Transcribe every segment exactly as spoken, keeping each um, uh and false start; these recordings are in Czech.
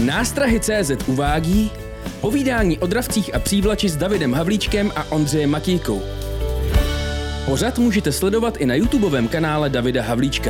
Nástrahy tečka cé zet uvádí povídání o dravcích a přívlači s Davidem Havlíčkem a Ondřejem Matějkou. Pořad můžete sledovat i na YouTubeovém kanále Davida Havlíčka.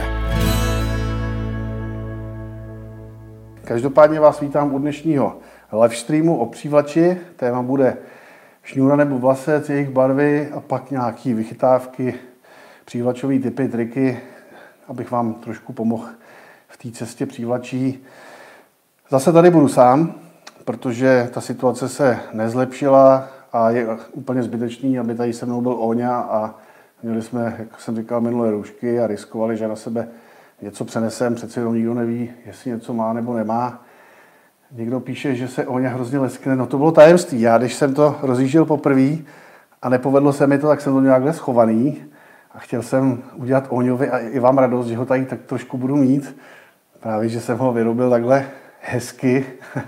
Každopádně vás vítám u dnešního live streamu o přívlači. Téma bude šňůra nebo vlasec, jejich barvy a pak nějaké vychytávky, přívlačové typy, triky, abych vám trošku pomohl v té cestě přívlačí. Zase tady budu sám, protože ta situace se nezlepšila a je úplně zbytečný, aby tady se mnou byl Óňa a měli jsme, jak jsem říkal, minulé roušky a riskovali, že na sebe něco přenesem, přece jenom nikdo neví, jestli něco má nebo nemá. Někdo píše, že se Óňa hrozně leskne, no to bylo tajemství. Já, když jsem to rozjížděl poprvé a nepovedlo se mi to, tak jsem to nějak schovaný a chtěl jsem udělat Óňovi a i vám radost, že ho tady tak trošku budu mít. Právě, že jsem ho vyrobil takhle hezky.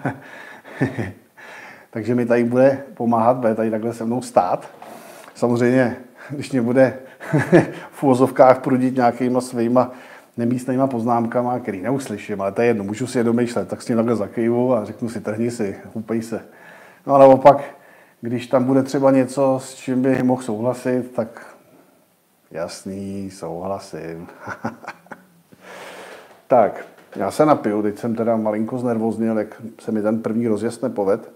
Takže mi tady bude pomáhat, bude tady takhle se mnou stát. Samozřejmě, když mě bude v uvozovkách prudit nějakýma svýma nemístnýma poznámkama, který neuslyším, ale to je jedno, můžu si je domýšlet, tak s ním takhle zakývu a řeknu si, trhni si, hupej se. No a naopak, když tam bude třeba něco, s čím bych mohl souhlasit, tak jasný, souhlasím. Tak, já se napiju, teď jsem teda malinko znervózněl, jak se mi ten první rozjezd nepoved.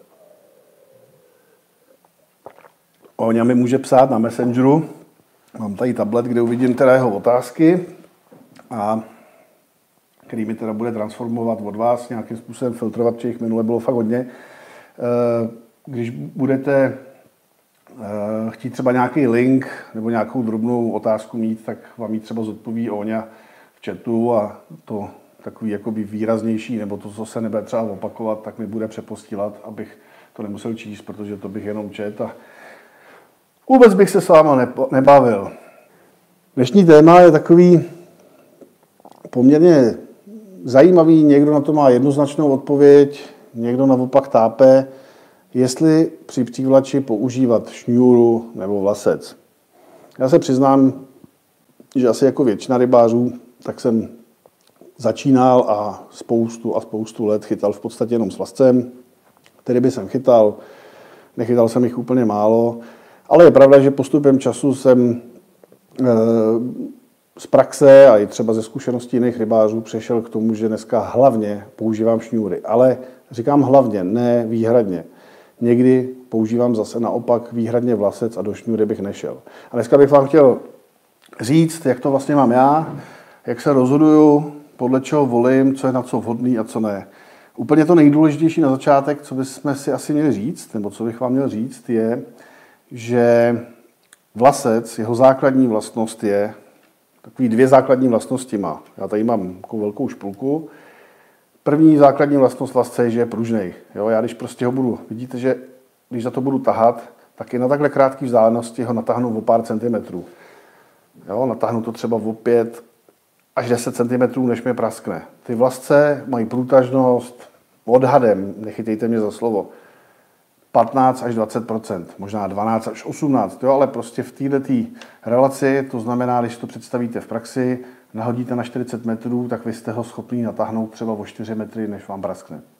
Óňa mi může psát na Messengeru, mám tady tablet, kde uvidím teda jeho otázky, a který mi teda bude transformovat od vás, nějakým způsobem filtrovat, protože jich minule bylo fakt hodně. Když budete chtít třeba nějaký link nebo nějakou drobnou otázku mít, tak vám ji třeba zodpoví Óňa v chatu a to takový jakoby výraznější, nebo to, co se nebude třeba opakovat, tak mi bude přepostílat, abych to nemusel číst, protože to bych jenom čet a vůbec bych se s váma nebavil. Dnešní téma je takový poměrně zajímavý, někdo na to má jednoznačnou odpověď, někdo naopak tápe, jestli při přívlači používat šňůru nebo vlasec. Já se přiznám, že asi jako většina rybářů, tak jsem začínal a spoustu a spoustu let chytal v podstatě jenom s vlascem. Ty ryby jsem chytal, nechytal jsem jich úplně málo, ale je pravda, že postupem času jsem z praxe a i třeba ze zkušeností jiných rybářů přešel k tomu, že dneska hlavně používám šňůry. Ale říkám hlavně, ne výhradně. Někdy používám zase naopak výhradně vlasec a do šňůry bych nešel. A dneska bych vám chtěl říct, jak to vlastně mám já, jak se rozhoduju, podle čeho volím, co je na co vhodný a co ne. Úplně to nejdůležitější na začátek, co bychom si asi měli říct, nebo co bych vám měl říct, je, že vlasec, jeho základní vlastnost je, takový dvě základní vlastnosti má. Já tady mám takovou velkou špulku. První základní vlastnost vlasce je, že je pružnej. Jo, já když prostě ho budu, vidíte, že když za to budu tahat, tak i na takhle krátké vzdálenosti ho natáhnu o pár centimetrů. Jo, natáhnu to třeba o pět až deset centimetrů, než mě praskne. Ty vlasce mají průtažnost odhadem, nechytejte mě za slovo, patnáct až dvacet procent, možná dvanáct až osmnáct, jo, ale prostě v této relaci, to znamená, když to představíte v praxi, nahodíte na čtyřicet metrů, tak vy jste ho schopný natáhnout třeba o čtyři metry, než vám praskne. E,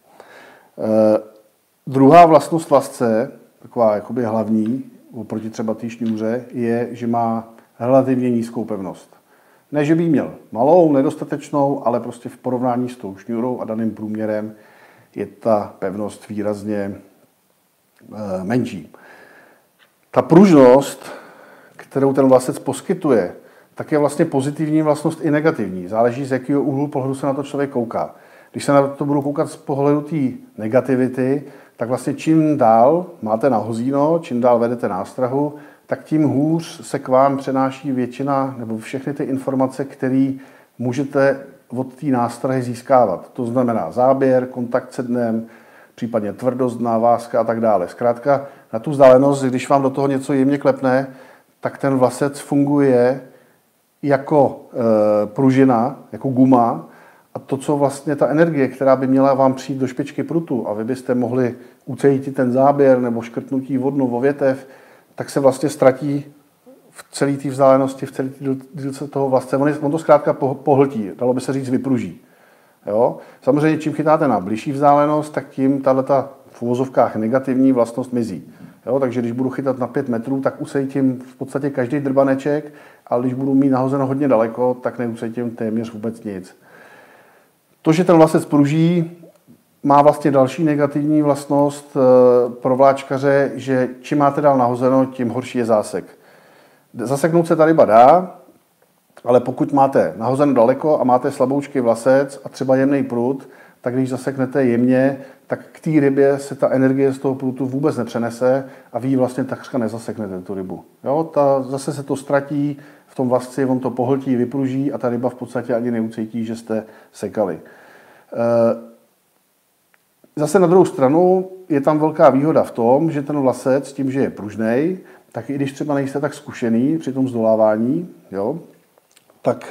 druhá vlastnost vlasce, taková jakoby hlavní, oproti třeba té šňůře, je, že má relativně nízkou pevnost. Ne, že by jí měl malou, nedostatečnou, ale prostě v porovnání s tou šňůrou a daným průměrem je ta pevnost výrazně menší. Ta pružnost, kterou ten vlasec poskytuje, tak je vlastně pozitivní vlastnost i negativní. Záleží, z jakého úhlu pohledu se na to člověk kouká. Když se na to budu koukat z pohledu té negativity, tak vlastně čím dál máte nahozíno, čím dál vedete nástrahu, tak tím hůř se k vám přenáší většina nebo všechny ty informace, které můžete od té nástrahy získávat. To znamená záběr, kontakt se dnem, případně tvrdost dna, váska a tak dále. Zkrátka na tu vzdálenost, když vám do toho něco jemně klepne, tak ten vlasec funguje jako e, pružina, jako guma a to, co vlastně ta energie, která by měla vám přijít do špičky prutu a vy byste mohli ucítit ten záběr nebo škrtnutí vodnu o větev, tak se vlastně ztratí v celé té vzdálenosti, v celé té dílce toho vlasce. On, on to zkrátka pohltí, dalo by se říct vypruží. Jo? Samozřejmě, čím chytáte na bližší vzdálenost, tak tím tato v uvozovkách negativní vlastnost mizí. Jo? Takže když budu chytat na pět metrů, tak ucítím v podstatě každý drbaneček, ale když budu mít nahozeno hodně daleko, tak neucítím téměř vůbec nic. To, že ten vlasec pruží, má vlastně další negativní vlastnost pro vláčkaře, že čím máte dál nahozeno, tím horší je zásek. Zaseknout se ta ryba dá, ale pokud máte nahozeno daleko a máte slaboučký vlasec a třeba jemný prut, tak když zaseknete jemně, tak k té rybě se ta energie z toho prutu vůbec nepřenese a vy vlastně takřka nezaseknete tu rybu. Jo, ta, zase se to ztratí v tom vlasci, on to pohltí, vypruží a ta ryba v podstatě ani neucítí, že jste sekali. Zase na druhou stranu je tam velká výhoda v tom, že ten vlasec tím, že je pružnej, tak i když třeba nejste tak zkušený při tom zdolávání, jo, tak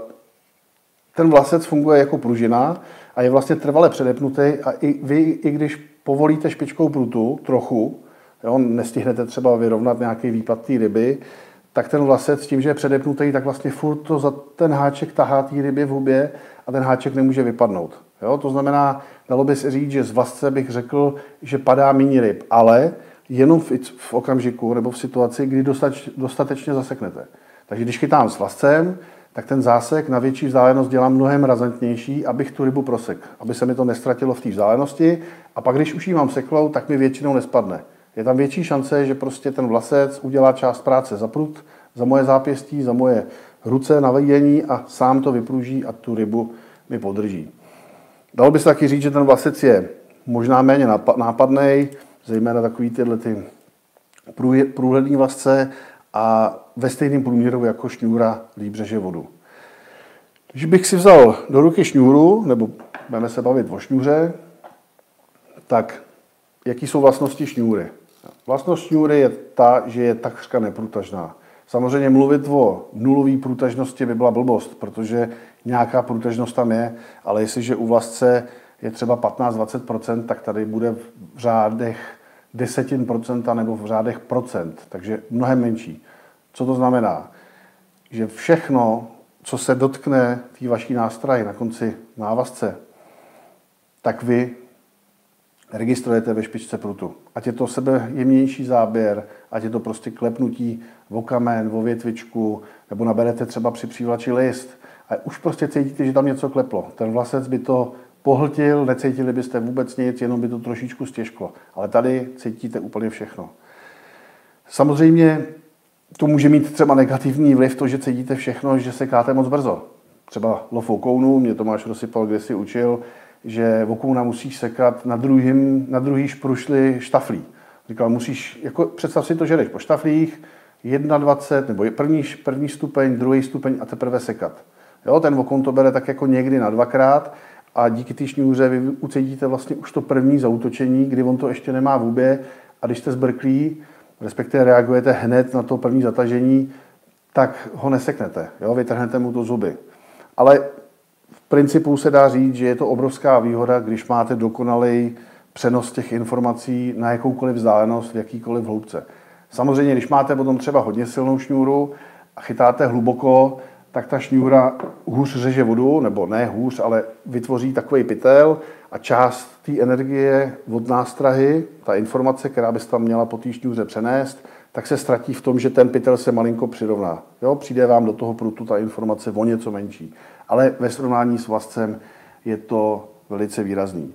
ten vlasec funguje jako pružina a je vlastně trvale předepnutý a i vy, i když povolíte špičkou prutu trochu, jo, nestihnete třeba vyrovnat nějaký výpad té ryby, tak ten vlasec tím, že je předepnutý, tak vlastně furt to za ten háček tahá té rybě v hubě a ten háček nemůže vypadnout. Jo, to znamená, dalo by se říct, že z vlasce bych řekl, že padá méně ryb, ale jenom v, v okamžiku nebo v situaci, kdy dostač, dostatečně zaseknete. Takže když chytám s vlascem, tak ten zásek na větší vzdálenost dělám mnohem razantnější, abych tu rybu prosek, aby se mi to nestratilo v té vzdálenosti a pak, když už ji mám seklou, tak mi většinou nespadne. Je tam větší šance, že prostě ten vlasec udělá část práce za prut, za moje zápěstí, za moje ruce na vejdění a sám to vypruží a tu rybu mi podrží. Dalo by se taky říct, že ten vlasec je možná méně nápadný, zejména takový tyhle ty průhledný vlasce a ve stejném průměru jako šňůra líp řeže vodu. Když bych si vzal do ruky šňůru, nebo budeme se bavit o šňůře, tak jaký jsou vlastnosti šňůry? Vlastnost šňůry je ta, že je takřka neprůtažná. Samozřejmě mluvit o nulové průtažnosti by byla blbost, protože nějaká průtažnost tam je, ale jestliže u vlasce je třeba patnáct až dvacet procent, tak tady bude v řádech desetin procenta nebo v řádech procent, takže mnohem menší. Co to znamená? Že všechno, co se dotkne té vaší nástrahy na konci návazce, tak vy registrujete ve špičce prutu. Ať je to sebejemnější záběr, ať je to prostě klepnutí o kamen, o větvičku, nebo naberete třeba při přívlači list. A už prostě cítíte, že tam něco kleplo. Ten vlasec by to pohltil, necítili byste vůbec nic, jenom by to trošičku stěžklo. Ale tady cítíte úplně všechno. Samozřejmě to může mít třeba negativní vliv, to, že cítíte všechno, že sekáte moc brzo. Třeba lov vokounu, mě Tomáš Rozsypal kdysi učil, že vokouna musíš sekat na, druhým, na druhý šprušli štaflí. Říkal, musíš, jako představ si to, že jdeš po štaflích, dvacet jedna, nebo první, první stupeň, druhý stupeň a teprve sekat. Jo, ten vokoun to bere tak jako někdy na dvakrát a díky té šňůře vy ucítíte vlastně už to první zaútočení, kdy on to ještě nemá v hubě a když jste zbrklí, respektive reagujete hned na to první zatažení, tak ho neseknete, jo, vytrhnete mu to zuby. Ale v principu se dá říct, že je to obrovská výhoda, když máte dokonalý přenos těch informací na jakoukoliv vzdálenost, v jakýkoliv hloubce. Samozřejmě, když máte potom třeba hodně silnou šňůru a chytáte hluboko, tak ta šňůra hůř řeže vodu, nebo ne hůř, ale vytvoří takový pytel a část té energie od nástrahy, ta informace, která by se tam měla po té šňůře přenést, tak se ztratí v tom, že ten pytel se malinko přirovná. Jo, přijde vám do toho prutu ta informace o něco menší. Ale ve srovnání s vlascem je to velice výrazný.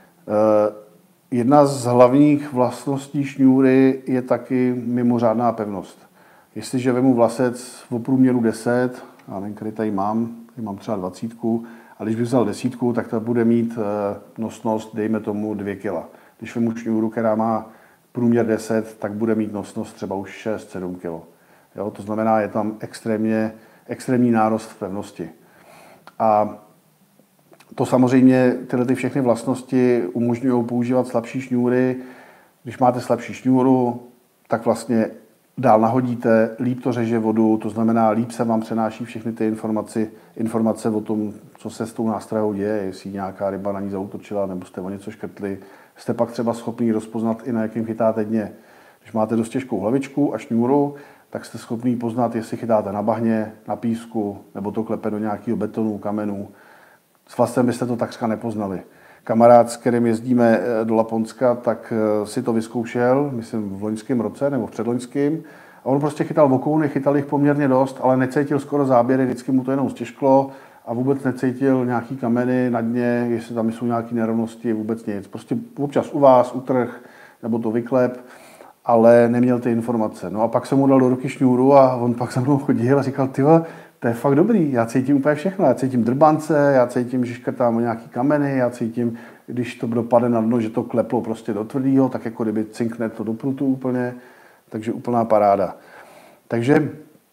Jedna z hlavních vlastností šňůry je taky mimořádná pevnost. Jestliže vemu vlasec v průměru deset, já nevím, který tady mám, tady mám třeba dvacítku, a když bych vzal desítku, tak to bude mít nosnost, dejme tomu, dvě kila. Když vemu šňůru, která má průměr deset, tak bude mít nosnost třeba už šest sedm kilo. Jo, to znamená, je tam extrémně, extrémní nárost v pevnosti. A to samozřejmě, tyhle ty všechny vlastnosti umožňují používat slabší šňůry. Když máte slabší šňůru, tak vlastně dál nahodíte, líp to řeže vodu, to znamená, líp se vám přenáší všechny ty informace, informace o tom, co se s tou nástrahou děje, jestli nějaká ryba na ní zaútočila, nebo jste o něco škrtli. Jste pak třeba schopný rozpoznat i na jakým chytáte dně. Když máte dost těžkou hlavičku a šňůru, tak jste schopný poznat, jestli chytáte na bahně, na písku, nebo to klepe do nějakého betonu, kamenu. S vlascem byste to takřka nepoznali. Kamarád, s kterým jezdíme do Laponska, tak si to vyzkoušel, myslím v loňském roce nebo v předloňském. A on prostě chytal vokouny, chytal jich poměrně dost, ale necítil skoro záběry, vždycky mu to jenom stěžklo a vůbec necítil nějaký kameny na dně, jestli tam jsou nějaké nerovnosti, vůbec nic. Prostě občas u vás utrh nebo to vyklep, ale neměl ty informace. No a pak jsem mu dal do ruky šňůru a on pak za mnou chodil a říkal, tyhle, to je fakt dobrý, já cítím úplně všechno, já cítím drbance, já cítím, že škrtám nějaký kameny, já cítím, když to dopadne na dno, že to kleplo prostě do tvrdýho, tak jako kdyby cinkne to do prutu úplně, takže úplná paráda. Takže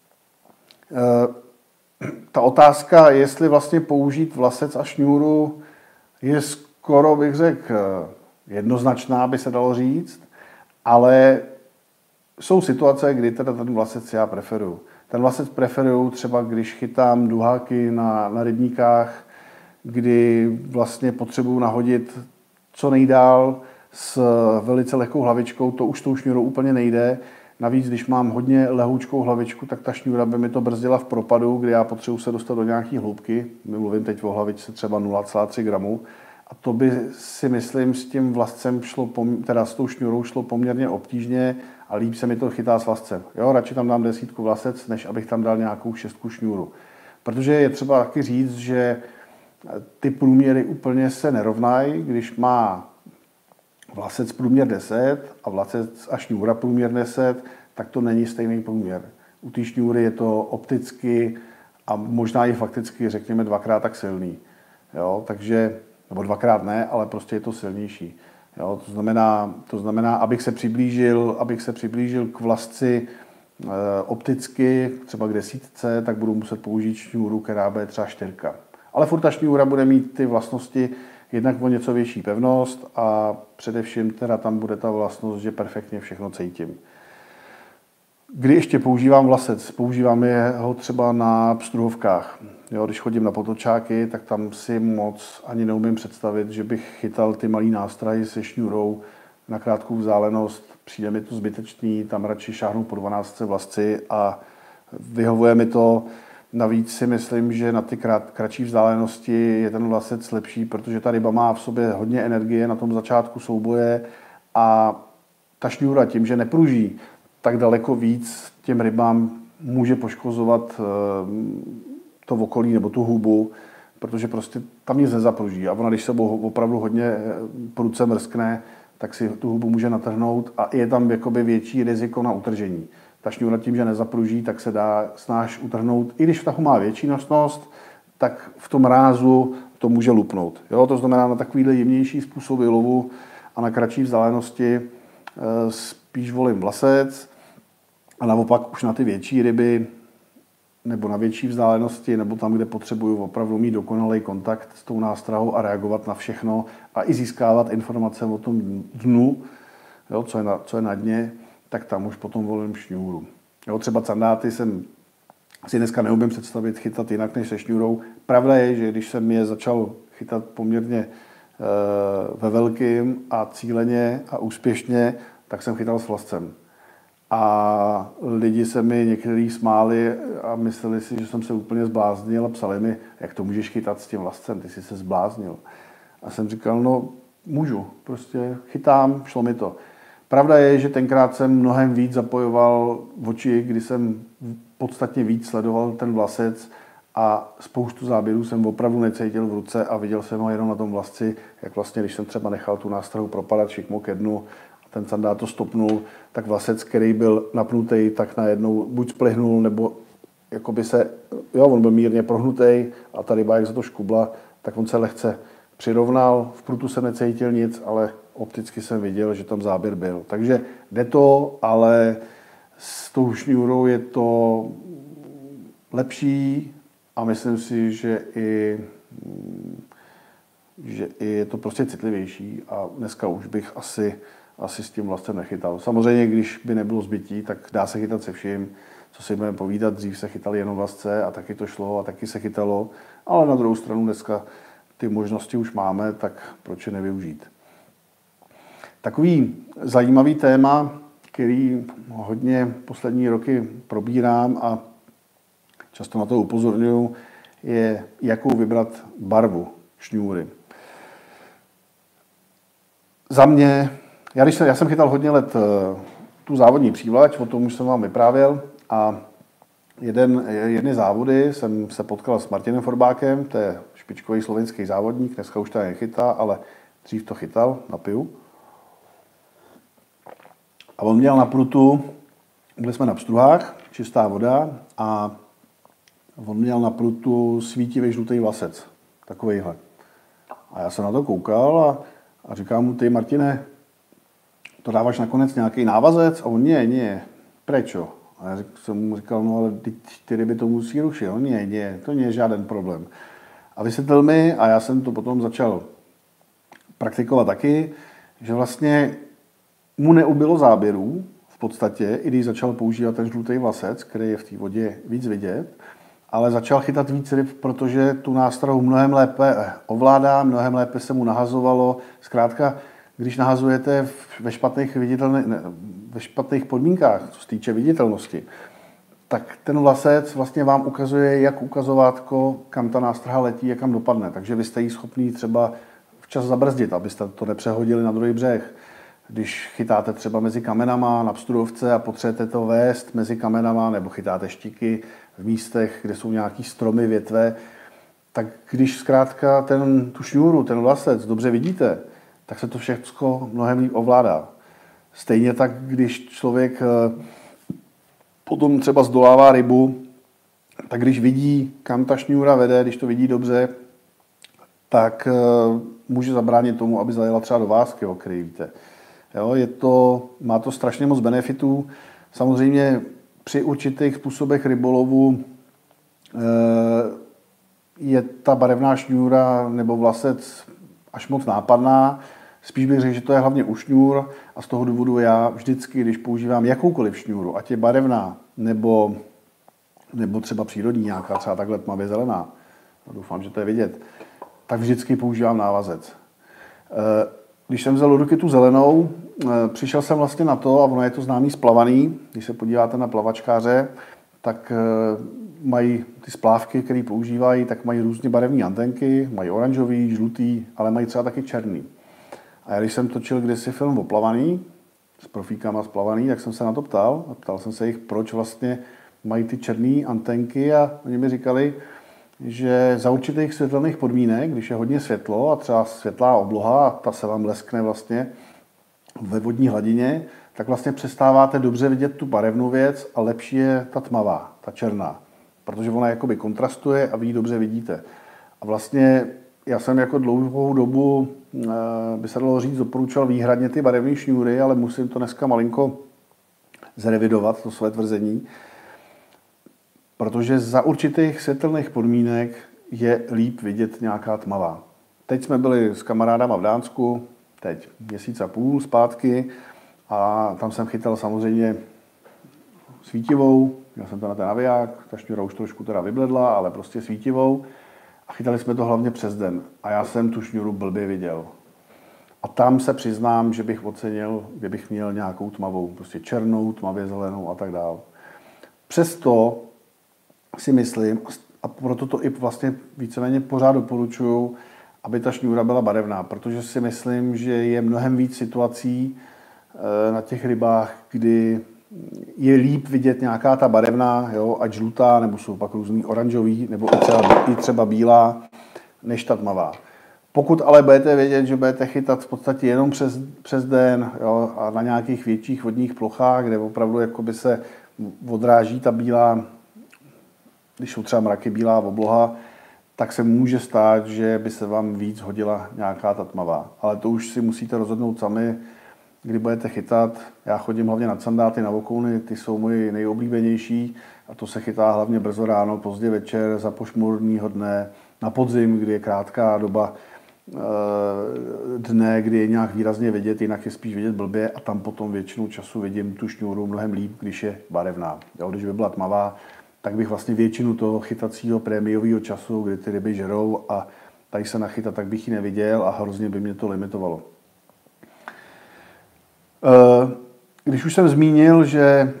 ta otázka, jestli vlastně použít vlasec a šňůru, je skoro, bych řekl, jednoznačná, by se dalo říct, ale jsou situace, kdy teda ten vlasec já preferuju. Ten vlasec preferuju třeba, když chytám duháky na, na rybníkách, kdy vlastně potřebuju nahodit co nejdál s velice lehkou hlavičkou, to už tou šňůrou úplně nejde. Navíc, když mám hodně lehoučkou hlavičku, tak ta šňůra by mi to brzdila v propadu, kdy já potřebuji se dostat do nějaké hloubky. Mluvím teď o hlavičce třeba nula celá tři gramu. A to by si myslím s tím vlascem šlo, teda s tou šňůrou šlo poměrně obtížně a líp se mi to chytá s vlascem. Jo, radši tam dám desítku vlasec, než abych tam dal nějakou šestku šňůru. Protože je třeba taky říct, že ty průměry úplně se nerovnají, když má vlasec průměr deset a vlasec a šňůra průměr deset, tak to není stejný průměr. U té šňůry je to opticky a možná i fakticky, řekněme, dvakrát tak silný. Jo, takže, nebo dvakrát ne, ale prostě je to silnější. Jo, to znamená, to znamená, abych se přiblížil, abych se přiblížil k vlasci e, opticky, třeba k desítce, tak budu muset použít šňůru, která bude třeba čtyřka. Ale furt ta šňůra bude mít ty vlastnosti, jednak o něco větší pevnost a především teda tam bude ta vlastnost, že perfektně všechno cítím. Kdy ještě používám vlasec? Používám je ho třeba na pstruhovkách. Jo, když chodím na potočáky, tak tam si moc ani neumím představit, že bych chytal ty malý nástrahy se šňůrou na krátkou vzdálenost. Přijde mi to zbytečný, tam radši šáhnu po dvanáctce vlasci a vyhovuje mi to. Navíc si myslím, že na ty krát, kratší vzdálenosti je ten vlasec lepší, protože ta ryba má v sobě hodně energie na tom začátku souboje a ta šňůra tím, že nepruží, tak daleko víc těm rybám může poškozovat to okolí nebo tu hubu, protože prostě tam nic nezapruží. A ona, když se opravdu hodně prudce mrskne, tak si tu hubu může natrhnout a je tam jakoby větší riziko na utržení. Ta šňůra tím, že nezapruží, tak se dá snáš utrhnout. I když v tahu má větší nosnost, tak v tom rázu to může lupnout. Jo? To znamená na takovýhle jemnější způsoby lovu a na kratší vzdálenosti spíš volím vlasec a naopak už na ty větší ryby nebo na větší vzdálenosti, nebo tam, kde potřebuju opravdu mít dokonalý kontakt s tou nástrahou a reagovat na všechno a i získávat informace o tom dnu, jo, co je na, co je na dně, tak tam už potom volím šňůru. Jo, třeba candáty jsem si dneska neumím představit chytat jinak než se šňůrou. Pravda je, že když jsem je začal chytat poměrně e, ve velkým a cíleně a úspěšně, tak jsem chytal s vlascem. A lidi se mi někteří smáli a mysleli si, že jsem se úplně zbláznil a psali mi, jak to můžeš chytat s tím vlascem, ty jsi se zbláznil. A jsem říkal, no můžu, prostě chytám, šlo mi to. Pravda je, že tenkrát jsem mnohem víc zapojoval oči, kdy jsem podstatně víc sledoval ten vlasec a spoustu záběrů jsem opravdu necítil v ruce a viděl jsem ho jenom na tom vlasci, jak vlastně, když jsem třeba nechal tu nástrahu propadat šikmo ke dnu a ten sandát to stopnul, tak vlasec, který byl napnutý, tak najednou buď splihnul, nebo jakoby se, jo, on byl mírně prohnutý a ta ryba, jak za to škubla, tak on se lehce přirovnal, v prutu jsem necítil nic, ale opticky jsem viděl, že tam záběr byl. Takže jde to, ale s tou šňůrou je to lepší a myslím si, že i, že i je to prostě citlivější a dneska už bych asi, asi s tím vlascem nechytal. Samozřejmě, když by nebylo zbytí, tak dá se chytat se vším, co si budeme povídat, dřív se chytali jenom vlasce a taky to šlo a taky se chytalo, ale na druhou stranu dneska ty možnosti už máme, tak proč je nevyužít. Takový zajímavý téma, který hodně poslední roky probírám a často na to upozorňuji, je, jakou vybrat barvu šňůry. Za mě, já, když jsem, já jsem chytal hodně let tu závodní přívlač, o tom už jsem vám vyprávěl, a jeden, jedny závody jsem se potkal s Martinem Forbákem, to je špičkový slovenský závodník, dneska už to nechytá, ale dřív to chytal na pivu. A on měl na prutu, byli jsme na pstruhách, čistá voda, a on měl na prutu svítivý žlutý vlasec, takovejhle. A já jsem na to koukal a, a říkám mu, ty Martine, to dáváš nakonec nějaký návazec? A on, nie, nie, prečo? A já jsem mu říkal, no ale ty, ty ryby to musí rušit. On, nie, nie, to nie je žádný problém. A vysvětlil mi, a já jsem to potom začal praktikovat taky, že vlastně mu neubylo záběrů, v podstatě, i když začal používat ten žlutý vlasec, který je v té vodě víc vidět, ale začal chytat víc ryb, protože tu nástrahu mnohem lépe ovládá, mnohem lépe se mu nahazovalo. Zkrátka, když nahazujete ve špatných, ne, ve špatných podmínkách, co se týče viditelnosti, tak ten vlasec vlastně vám ukazuje, jak ukazovátko, kam ta nástraha letí a kam dopadne. Takže vy jste jí schopný třeba včas zabrzdit, abyste to nepřehodili na druhý břeh. Když chytáte třeba mezi kamenama na pstruhovce a potřebujete to vést mezi kamenama, nebo chytáte štiky v místech, kde jsou nějaký stromy, větve, tak když zkrátka ten, tu šňůru, ten vlasec dobře vidíte, tak se to všechno mnohem líp ovládá. Stejně tak, když člověk potom třeba zdolává rybu, tak když vidí, kam ta šňůra vede, když to vidí dobře, tak může zabránit tomu, aby zajela třeba do vásky, o který víte. Jo, je to, má to strašně moc benefitů. Samozřejmě při určitých způsobech rybolovu je ta barevná šňůra nebo vlasec až moc nápadná. Spíš bych řekl, že to je hlavně u šňůr, a z toho důvodu já vždycky, když používám jakoukoliv šňůru, ať je barevná nebo, nebo třeba přírodní nějaká, třeba takhle tmavě zelená, doufám, že to je vidět, tak vždycky používám návazec. Když jsem vzal do ruky tu zelenou, přišel jsem vlastně na to, a ono je to známý splavaný, když se podíváte na plavačkáře, tak mají ty splávky, které používají, tak mají různě barevné antenky, mají oranžový, žlutý, ale mají třeba taky černý. A já když jsem točil kdysi film o plavaný, s profíkama splavaný, tak jsem se na to ptal. A ptal jsem se jich, proč vlastně mají ty černé antenky, a oni mi říkali, že za určitých světelných podmínek, když je hodně světlo a třeba světlá obloha a ta se vám leskne vlastně ve vodní hladině, tak vlastně přestáváte dobře vidět tu barevnou věc a lepší je ta tmavá, ta černá, protože ona jakoby kontrastuje a vy ji dobře vidíte. A vlastně já jsem jako dlouhou dobu, by se dalo říct, doporučoval výhradně ty barevné šňůry, ale musím to dneska malinko zrevidovat, to své tvrzení, protože za určitých světelných podmínek je líp vidět nějaká tmavá. Teď jsme byli s kamarádama v Dánsku, teď měsíc a půl zpátky, a tam jsem chytal samozřejmě svítivou, měl jsem to na ten naviják, ta šňůra už trošku teda vybledla, ale prostě svítivou, a chytali jsme to hlavně přes den. A já jsem tu šňůru blbě viděl. A tam se přiznám, že bych ocenil, kdybych měl nějakou tmavou, prostě černou, tmavě zelenou a tak dále. Přesto si myslím, a proto to i vlastně víceméně pořád doporučuju, aby ta šňůra byla barevná, protože si myslím, že je mnohem víc situací na těch rybách, kdy je líp vidět nějaká ta barevná, jo, ať žlutá, nebo jsou pak různý oranžový, nebo i třeba, i třeba bílá, než ta tmavá. Pokud ale budete vědět, že budete chytat v podstatě jenom přes, přes den, jo, a na nějakých větších vodních plochách, kde opravdu jakoby se odráží ta bílá, když jsou třeba mraky, bílá obloha, tak se může stát, že by se vám víc hodila nějaká ta tmavá. Ale to už si musíte rozhodnout sami, kdy budete chytat. Já chodím hlavně na sandáty, na vokouny, ty jsou moji nejoblíbenější, a to se chytá hlavně brzo ráno, pozdě večer, za pošmurného dne, na podzim, kdy je krátká doba dne, kdy je nějak výrazně vidět, jinak je spíš vidět blbě, a tam potom většinu času vidím tu šňůru mnohem líp, když je barevná. Jo, když by byla tmavá, tak bych vlastně většinu toho chytacího prémiového času, kdy ty ryby žerou a tady se nachytat, tak bych ji neviděl a hrozně by mě to limitovalo. Když už jsem zmínil, že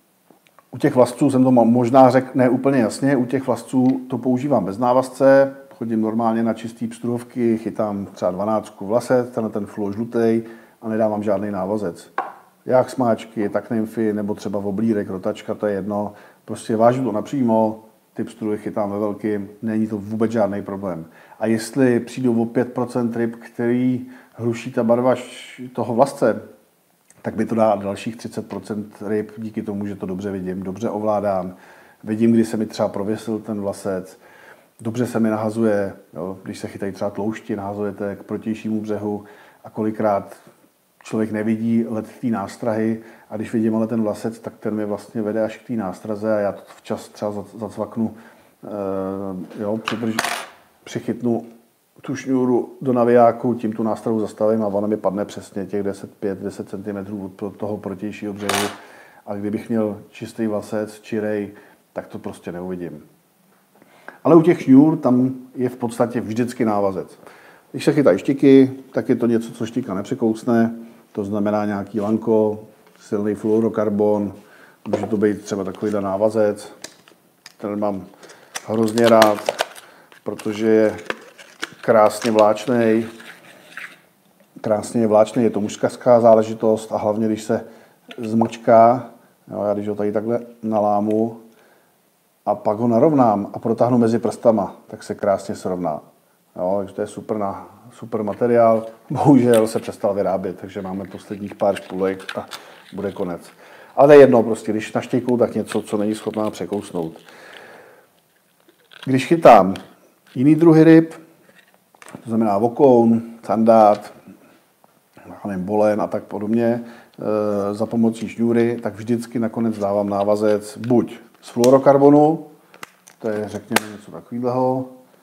u těch vlasců jsem to možná řekl ne úplně jasně, u těch vlasců to používám bez návazce, chodím normálně na čistý pstruhovky, chytám třeba dvanáctku vlasec, ten ten fluo žlutej a nedávám žádný návazec. Jak smáčky, tak nymfy, nebo třeba oblírek, rotačka, to je jedno. Prostě vážu to napřímo, ty pstruhy chytám ve velkým, není to vůbec žádný problém. A jestli přijdou o pět procent ryb, který hluší ta barva toho vlasce, tak mi to dá dalších třicet procent ryb, díky tomu, že to dobře vidím, dobře ovládám. Vidím, kdy se mi třeba prověsil ten vlasec, dobře se mi nahazuje, jo, když se chytají třeba tloušti, nahazujete k protějšímu břehu a kolikrát člověk nevidí let té nástrahy a když vidím ale ten vlasec, tak ten mě vlastně vede až k té nástraze a já to včas třeba zacvaknu, e, jo, přidrž, přichytnu tu šňůru do navijáku, tím tu nástrahu zastavím a ona mi padne přesně těch deset pět deset centimetrů od toho protějšího břehu a kdybych měl čistý vlasec, čirej, tak to prostě neuvidím. Ale u těch šňůr tam je v podstatě vždycky návazec. Když se chytají štiky, tak je to něco, co štika nepřekousne, to znamená nějaký lanko, silný fluorokarbon, může to být třeba takovýhle návazec. Ten mám hrozně rád, protože je krásně vláčnej, krásně je vláčnej, je to mužská záležitost a hlavně, když se zmlčká, jo, já když ho tady takhle nalámu a pak ho narovnám a protáhnu mezi prstama, tak se krásně srovná. Jo, takže to je super, na, super materiál. Bohužel se přestal vyrábět, takže máme posledních pár špůlek a bude konec. Ale to je jedno, prostě, když naštějkou, tak něco, co není schopná překousnout. Když chytám jiný druhy ryb, to znamená vokoun, sandát, bolen a tak podobně, e, za pomocí šňůry, tak vždycky nakonec dávám návazec buď z fluorokarbonu, to je řekněme něco takového,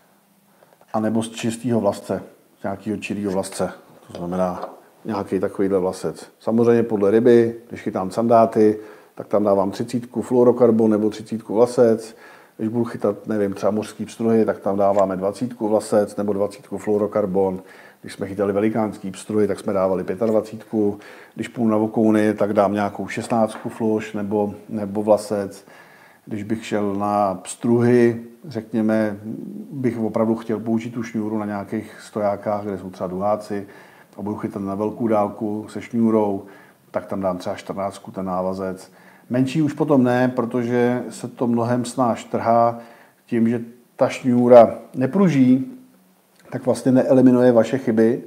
anebo z čistého vlasce, z nějakého čirého vlasce, to znamená nějaký takovýhle vlasec. Samozřejmě podle ryby, když chytám sandáty, tak tam dávám třicítku fluorokarbon nebo třicítku vlasec. Když budu chytat, nevím, třeba mořský pstruhy, tak tam dáváme dvacítku vlasec nebo dvacítku fluorokarbon. Když jsme chytali velikánský pstruhy, tak jsme dávali dvacítku pět. Když půjdu na vokouny, tak dám nějakou šestnáctku fluoš nebo, nebo vlasec. Když bych šel na pstruhy, řekněme, bych opravdu chtěl použít tu šňůru na nějakých stojákách, kde jsou třeba duháci a budu chytat na velkou dálku se šňůrou, tak tam dám třeba čtrnáctku ten návazec. Menší už potom ne, protože se to mnohem snáš trhá tím, že ta šňůra nepruží, tak vlastně neeliminuje vaše chyby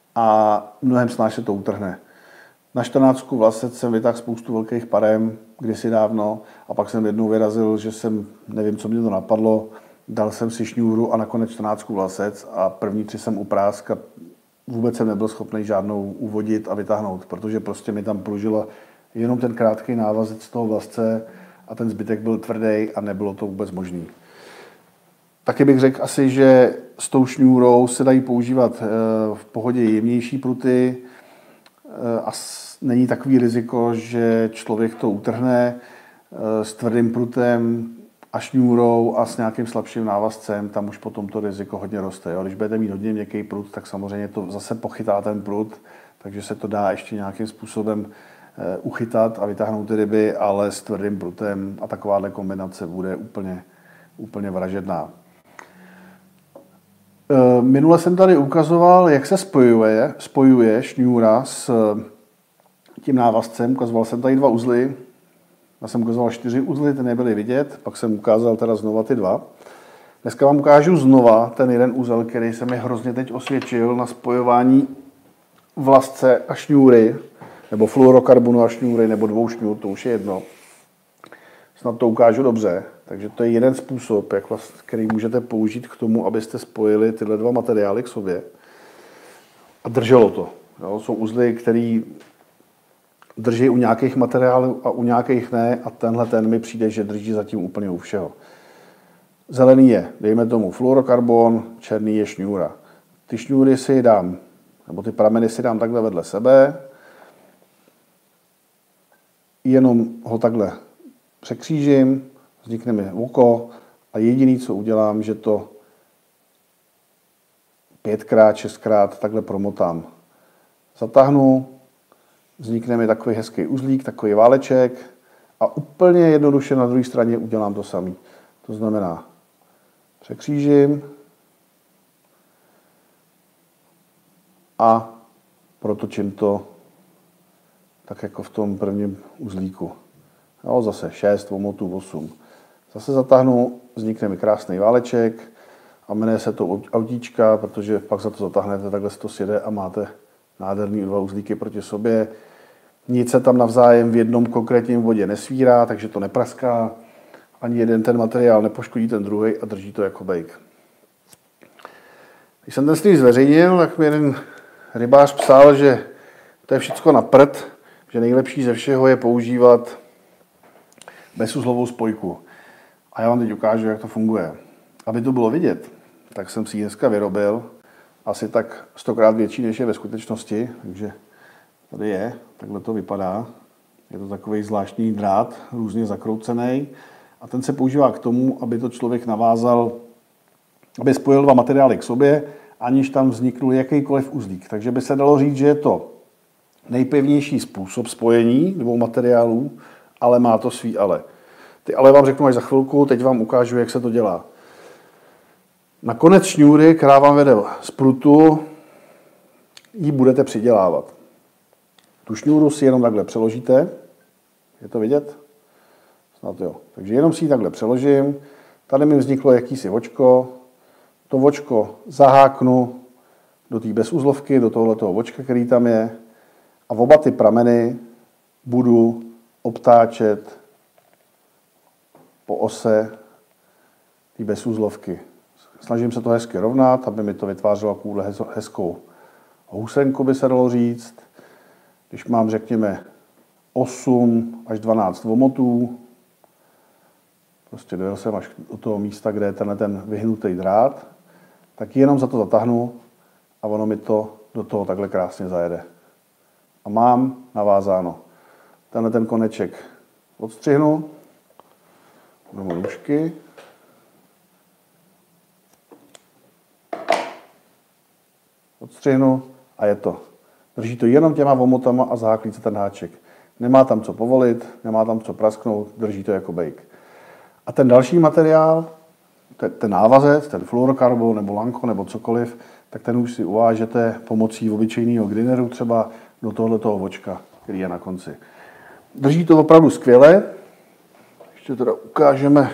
a mnohem snáš se to utrhne. Na čtrnáctku vlasec jsem vytáhl spoustu velkých parem kdysi dávno a pak jsem jednou vyrazil, že jsem, nevím, co mě to napadlo, dal jsem si šňůru a nakonec čtrnáctku vlasec a první tři jsem uprásk a vůbec jsem nebyl schopný žádnou uvodit a vytáhnout, protože prostě mi tam pružila jenom ten krátký návazec z toho vlasce a ten zbytek byl tvrdý a nebylo to vůbec možné. Taky bych řekl asi, že s tou šňůrou se dají používat v pohodě jemnější pruty a není takový riziko, že člověk to utrhne s tvrdým prutem a šňůrou a s nějakým slabším návazcem, tam už potom to riziko hodně roste. Jo? Když budete mít hodně měkký prut, tak samozřejmě to zase pochytá ten prut, takže se to dá ještě nějakým způsobem uchytat a vytáhnout ty ryby, ale s tvrdým prutem a takováhle kombinace bude úplně, úplně vražedná. Minule jsem tady ukazoval, jak se spojuje, spojuje šňůra s tím návazcem. Ukazoval jsem tady dva uzly. Já jsem ukazoval čtyři uzly, ty nebyly vidět, pak jsem ukázal teda znova ty dva. Dneska vám ukážu znova ten jeden uzel, který se mi hrozně teď osvědčil na spojování vlasce a šňůry, nebo fluorokarbonu a šňůry, nebo dvou šňůr, to už je jedno. Snad to ukážu dobře. Takže to je jeden způsob, jak vlastně, který můžete použít k tomu, abyste spojili tyhle dva materiály k sobě. A drželo to. Jo, jsou uzly, které drží u nějakých materiálů a u nějakých ne. A tenhle ten mi přijde, že drží zatím úplně u všeho. Zelený je, dejme tomu, fluorokarbon, černý je šňůra. Ty šňůry si dám, nebo ty prameny si dám takhle vedle sebe. Jenom ho takhle překřížím, vznikne mi oko a jediný, co udělám, že to pětkrát, šestkrát takhle promotám. Zatáhnu, vznikne mi takový hezký uzlík, takový váleček a úplně jednoduše na druhé straně udělám to samé. To znamená, překřížím, a protočím to tak jako v tom prvním uzlíku. Jo, zase šest, omotů, osm. Zase zatáhnu, vznikne mi krásný váleček a jmenuje se to autíčka, protože pak za to zatáhnete, takhle se to sjede a máte nádherný dva uzlíky proti sobě. Nic se tam navzájem v jednom konkrétním vodě nesvírá, takže to nepraská. Ani jeden ten materiál nepoškodí ten druhý a drží to jako bejk. Když jsem ten stream zveřejnil, tak mi jeden rybář psal, že to je všecko na prd, že nejlepší ze všeho je používat bezuzlovou spojku. A já vám teď ukážu, jak to funguje. Aby to bylo vidět, tak jsem si ji dneska vyrobil, asi tak stokrát větší, než je ve skutečnosti, takže tady je, takhle to vypadá. Je to takový zvláštní drát, různě zakroucený. A ten se používá k tomu, aby to člověk navázal, aby spojil dva materiály k sobě, aniž tam vzniknul jakýkoliv uzlík. Takže by se dalo říct, že je to nejpevnější způsob spojení dvou materiálů, ale má to svý ale. Ty ale vám řeknu až za chvilku, teď vám ukážu, jak se to dělá. Na konec šňůry, která vám vede z prutu, ji budete přidělávat. Tu šňůru si jenom takhle přeložíte. Je to vidět? Snad jo. Takže jenom si ji takhle přeložím. Tady mi vzniklo jakýsi vočko. To vočko zaháknu do té bezuzlovky, do tohoto vočka, který tam je. A v oba ty prameny budu obtáčet po ose té bezuzlovky. Snažím se to hezky rovnat, aby mi to vytvářelo takovou hezkou housenku, by se dalo říct. Když mám, řekněme, osm až dvanáct omotů, prostě dojel jsem až do toho místa, kde je tenhle ten vyhnutý drát, tak jenom za to zatáhnu a ono mi to do toho takhle krásně zajede. A mám navázáno. Tenhle ten koneček odstřihnu, do nůžky. Odstřihnu a je to. Drží to jenom těma omotama a zaháklí se ten háček. Nemá tam co povolit, nemá tam co prasknout, drží to jako bejk. A ten další materiál, ten, ten návazec, ten fluorokarbon nebo lanko nebo cokoliv, tak ten už si uvážete pomocí obyčejného grineru třeba do tohoto vočka, který je na konci. Drží to opravdu skvěle. Ještě teda ukážeme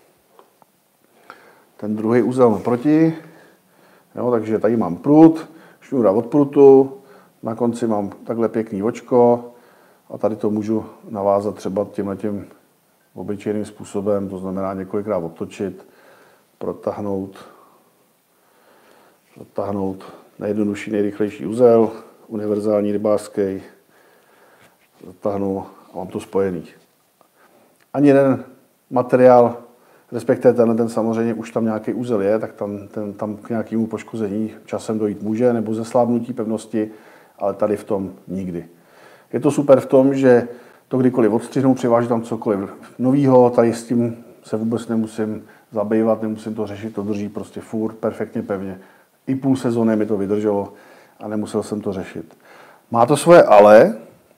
ten druhý úzel naproti. Jo, takže tady mám prut, šňůra od prutu, na konci mám takhle pěkný vočko a tady to můžu navázat třeba tímhletím obyčejným způsobem, to znamená několikrát obtočit, protáhnout, protáhnout nejjednodušší, nejrychlejší úzel, univerzální rybářský, zatáhnu a mám to spojený. Ani jeden materiál, respektive tenhle ten samozřejmě už tam nějaký úzel je, tak tam, ten, tam k nějakému poškození časem dojít může, nebo zeslábnutí pevnosti, ale tady v tom nikdy. Je to super v tom, že to kdykoliv odstřihnu, přivážu tam cokoliv novýho, tady s tím se vůbec nemusím zabývat, nemusím to řešit, to drží prostě furt perfektně pevně. I půl sezóny mi to vydrželo a nemusel jsem to řešit. Má to svoje ale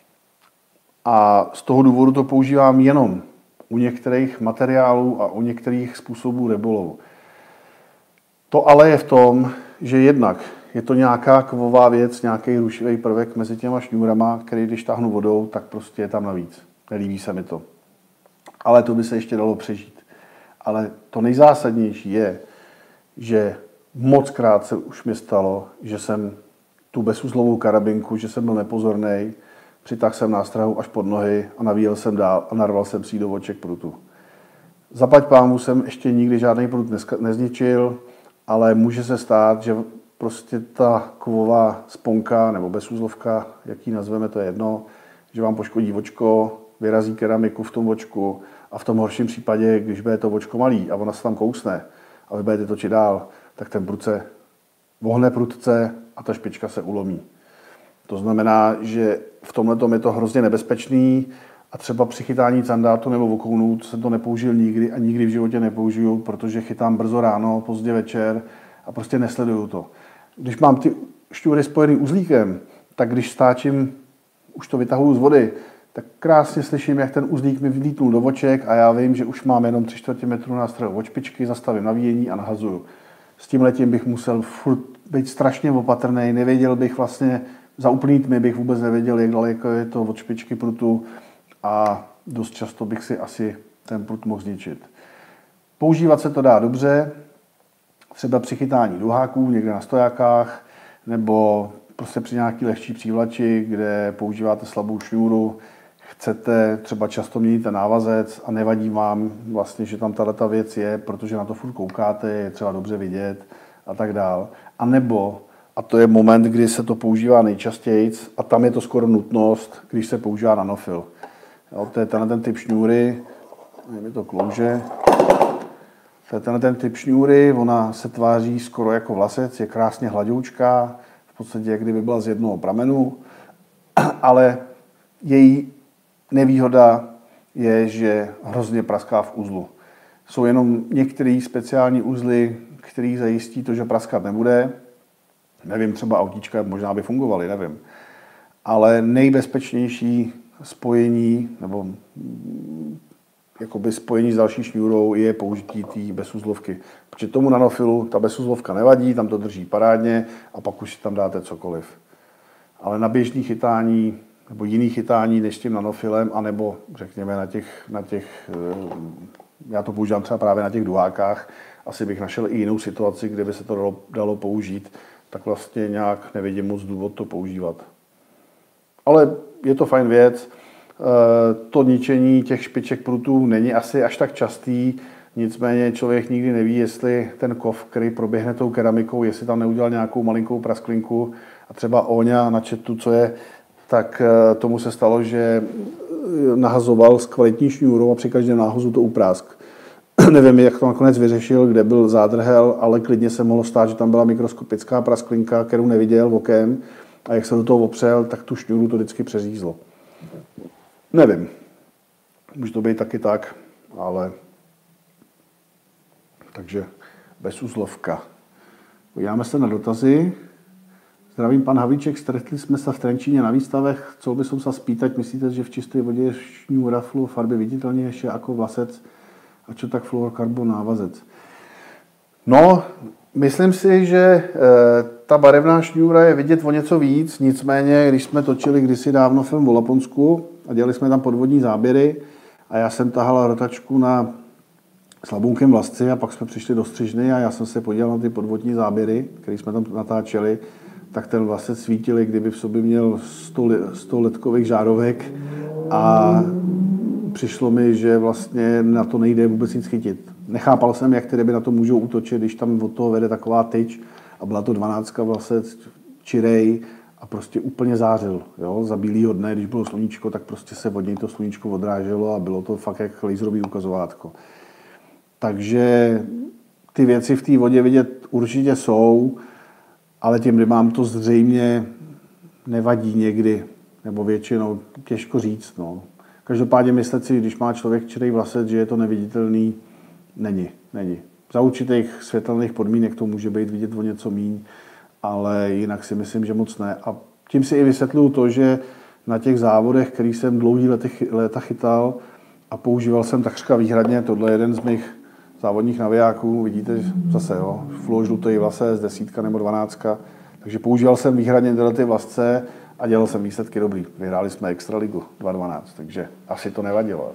a z toho důvodu to používám jenom u některých materiálů a u některých způsobů rybolovu. To ale je v tom, že jednak je to nějaká kovová věc, nějaký rušivý prvek mezi těma šňůrama, který když táhnu vodou, tak prostě je tam navíc. Nelíbí se mi to. Ale to by se ještě dalo přežít. Ale to nejzásadnější je, že mockrát se už mi stalo, že jsem tu bezuzlovou karabinku, že jsem byl nepozornej, přitáhl jsem nástrahu až pod nohy a navíjel jsem dál a narval jsem si do voček prutu. Zaplať pámu jsem ještě nikdy žádný prut nezničil, ale může se stát, že prostě ta kovová sponka nebo bezuzlovka, jak ji nazveme, to je jedno, že vám poškodí vočko, vyrazí keramiku v tom vočku a v tom horším případě, když bude to vočko malý a ona se tam kousne a vy budete točit dál, tak ten prut se vohne prudce a ta špička se ulomí. To znamená, že v tomhletom je to hrozně nebezpečný a třeba při chytání candátu nebo vokounů jsem to nepoužil nikdy a nikdy v životě nepoužiju, protože chytám brzo ráno, pozdě večer a prostě nesleduju to. Když mám ty šťůry spojený uzlíkem, tak když stáčím, už to vytahuju z vody, tak krásně slyším, jak ten uzlík mi vlítnul do voček a já vím, že už mám jenom tři čtvrtě metru nástrojů od špičky, zastavím navíjení a nahazuju. S tím letím bych musel furt být strašně opatrný, nevěděl bych vlastně, za úplný tmy bych vůbec nevěděl, jak daleko je to od špičky prutu a dost často bych si asi ten prut mohl zničit. Používat se to dá dobře, třeba při chytání duháků někde na stojákách, nebo prostě při nějaký lehčí přívlači, kde používáte slabou šňůru, chcete třeba často měnit ten návazec a nevadí vám vlastně, že tam tato věc je, protože na to furt koukáte, je třeba dobře vidět a tak dál. A nebo, a to je moment, kdy se to používá nejčastěji, a tam je to skoro nutnost, když se používá nanofil. Jo, to je tenhle ten typ šňůry, je mi to klouže, to je tenhle ten typ šňůry, ona se tváří skoro jako vlasec, je krásně hladoučká, v podstatě jak kdyby byla z jednoho pramenu, ale její nevýhoda je, že hrozně praská v uzlu. Jsou jenom některé speciální uzly, které zajistí to, že praskat nebude. Nevím, třeba autíčka možná by fungovaly, nevím. Ale nejbezpečnější spojení, nebo jakoby spojení s další šňůrou je použití té bezuzlovky. Protože tomu nanofilu ta bezuzlovka nevadí, tam to drží parádně a pak už si tam dáte cokoliv. Ale na běžný chytání nebo jiný chytání než tím nanofilem, anebo řekněme na těch, na těch, já to používám třeba právě na těch duhákách, asi bych našel i jinou situaci, kde by se to dalo, dalo použít, tak vlastně nějak nevidím moc důvod to používat. Ale je to fajn věc, to ničení těch špiček prutů není asi až tak častý, nicméně člověk nikdy neví, jestli ten kov, který proběhne tou keramikou, jestli tam neudělal nějakou malinkou prasklinku a třeba Óňa na chatu, co je, tak tomu se stalo, že nahazoval s kvalitní šňůrou a při každém náhozu to uprásk. Nevím, jak to nakonec vyřešil, kde byl zádrhel, ale klidně se mohlo stát, že tam byla mikroskopická prasklinka, kterou neviděl okem a jak se do toho opřel, tak tu šňůru to vždycky přeřízlo. Nevím. Může to být taky tak, ale takže bezuzlovka. Podíváme se na dotazy. Zdravím, pan Havlíček, stretli jsme se v Trenčíně na výstavech. Co by som sa spýtať, myslíte, že v čisté vodě je šňůra fluo farby viditelnější jako vlasec a čo tak fluorokarbon návazec? No, myslím si, že e, ta barevná šňůra je vidět o něco víc, nicméně, když jsme točili kdysi dávno film o Laponsku a dělali jsme tam podvodní záběry a já jsem tahal rotačku na slabunkem vlasci a pak jsme přišli do střižny a já jsem se podíval na ty podvodní záběry, které jsme tam natáčeli, tak ten vlasec svítil, kdyby v sobě měl sto ledkových žárovek a přišlo mi, že vlastně na to nejde vůbec nic chytit. Nechápal jsem, jak ty ryby na to můžou útočit, když tam od toho vede taková tyč a byla to dvanáctka vlasec, čirej a prostě úplně zářil. Jo? Za bílýho dne, když bylo sluníčko, tak prostě se od něj to sluníčko odráželo a bylo to fakt jak laserový ukazovátko. Takže ty věci v té vodě vidět určitě jsou, ale těm rybám to zřejmě nevadí někdy, nebo většinou, těžko říct. No. Každopádně myslet si, když má člověk čirý vlasec, že je to neviditelný, není, není. Za určitých světelných podmínek to může být vidět o něco míň, ale jinak si myslím, že moc ne. A tím si i vysvětluju to, že na těch závodech, který jsem dlouhý léta chytal a používal jsem takřka výhradně, tohle je jeden z mých závodních navijáků, vidíte zase, jo, fluožlutý vlasec, desítka nebo dvanáctka, takže používal jsem výhradně tyhle ty vlasce a dělal jsem výsledky dobrý. Vyhráli jsme Extraligu dva dvanáct, takže asi to nevadilo.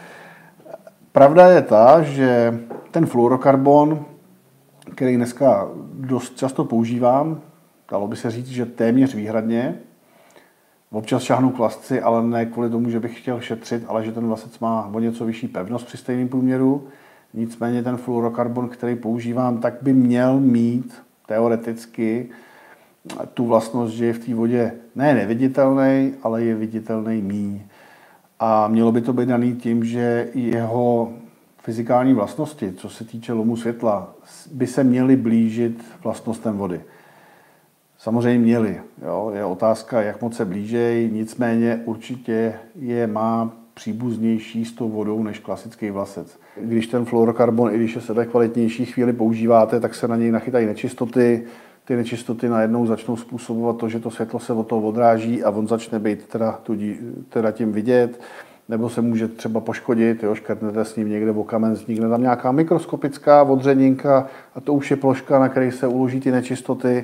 Pravda je ta, že ten fluorokarbon, který dneska dost často používám, dalo by se říct, že téměř výhradně, občas šáhnu k vlasci, ale ne kvůli tomu, že bych chtěl šetřit, ale že ten vlasec má o něco vyšší pevnost při stejném průměru. Nicméně ten fluorokarbon, který používám, tak by měl mít teoreticky tu vlastnost, že je v té vodě ne neviditelný, ale je viditelný míň. A mělo by to být daný tím, že jeho fyzikální vlastnosti, co se týče lomu světla, by se měly blížit vlastnostem vody. Samozřejmě měly. Jo? Je otázka, jak moc se blížej, nicméně určitě je má příbuznější s tou vodou než klasický vlasec. Když ten fluorokarbon, i když je sebe kvalitnější chvíli používáte, tak se na něj nachytají nečistoty. Ty nečistoty najednou začnou způsobovat to, že to světlo se od toho odráží a on začne být teda, tudí, teda tím vidět, nebo se může třeba poškodit, jo, škrtnete s ním někde o kamen, vznikne tam nějaká mikroskopická odřeninka a to už je ploška, na které se uloží ty nečistoty.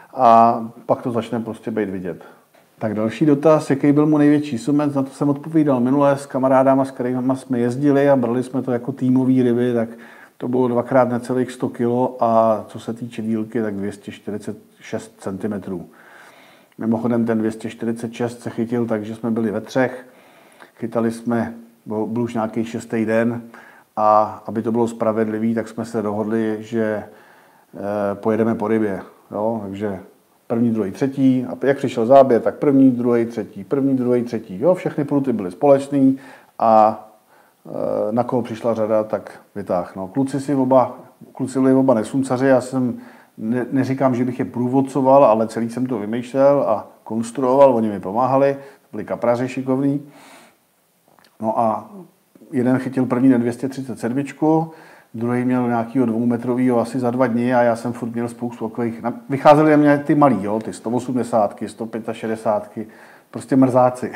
a pak to začne prostě být vidět. Tak další dotaz, jaký byl mu největší sumec, na to jsem odpovídal minule s kamarádama, s kterými jsme jezdili a brali jsme to jako týmový ryby, tak to bylo dvakrát necelých sto kilo a co se týče dílky, tak dvě stě čtyřicet šest centimetrů. Mimochodem ten dvě stě čtyřicet šest se chytil tak, že jsme byli ve třech, chytali jsme, byl už nějaký šestý den a aby to bylo spravedlivý, tak jsme se dohodli, že pojedeme po rybě, jo, takže první, druhý, třetí a jak přišel záběr, tak první, druhý, třetí, první, druhý, třetí, jo, všechny pruty byly společný a e, na koho přišla řada, tak vytáh. No, kluci si oba, kluci byli oba nesuncaři, já jsem, ne, neříkám, že bych je průvodcoval, ale celý jsem to vymýšlel a konstruoval, oni mi pomáhali, byli kapraři šikovní. No a jeden chytil první na dvě stě třicet sedm, druhý měl nějakého dvoumetrového asi za dva dny a já jsem furt měl spoustu takových. Vycházely na mě ty malí, jo, ty sto osmdesát, sto šedesát pět, prostě mrzáci.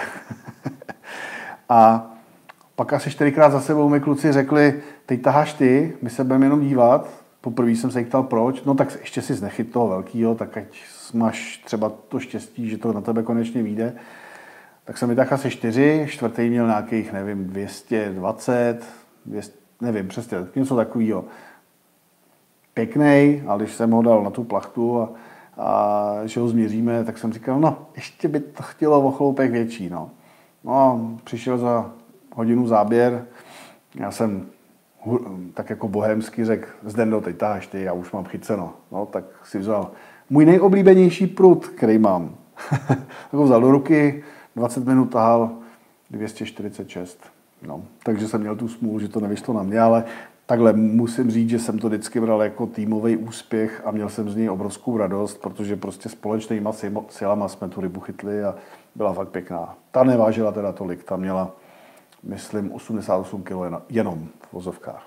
A pak asi čtyřikrát za sebou mi kluci řekli, teď taháš ty, my se budeme jenom dívat. Poprvé jsem se jich ptal, proč, no tak ještě si znechyt toho velkýho, tak ať máš třeba to štěstí, že to na tebe konečně vyjde. Tak jsem vytáhl asi čtyři, čtvrtý měl nějakých, nevím, dvě stě dvacet, dvě stě, nevím, přesně, něco takového. Pěknej, ale když jsem ho dal na tu plachtu a, a že ho změříme, tak jsem říkal, no, ještě by to chtělo o chloupek větší, no. No a přišel za hodinu záběr, já jsem tak jako bohemsky řekl, Zdendo, teď táháš ty, já už mám chyceno. No, tak si vzal můj nejoblíbenější prut, který mám. Tak ho vzal do ruky, dvacet minut tahal, dvě stě čtyřicet šest. No, takže jsem měl tu smůlu, že to nevyšlo na mě, ale takhle musím říct, že jsem to vždycky bral jako týmový úspěch a měl jsem z něj obrovskou radost, protože prostě společnými silama jsme tu rybu chytli a byla fakt pěkná. Ta nevážila teda tolik, ta měla, myslím, osmdesát osm kilo jenom v vozovkách.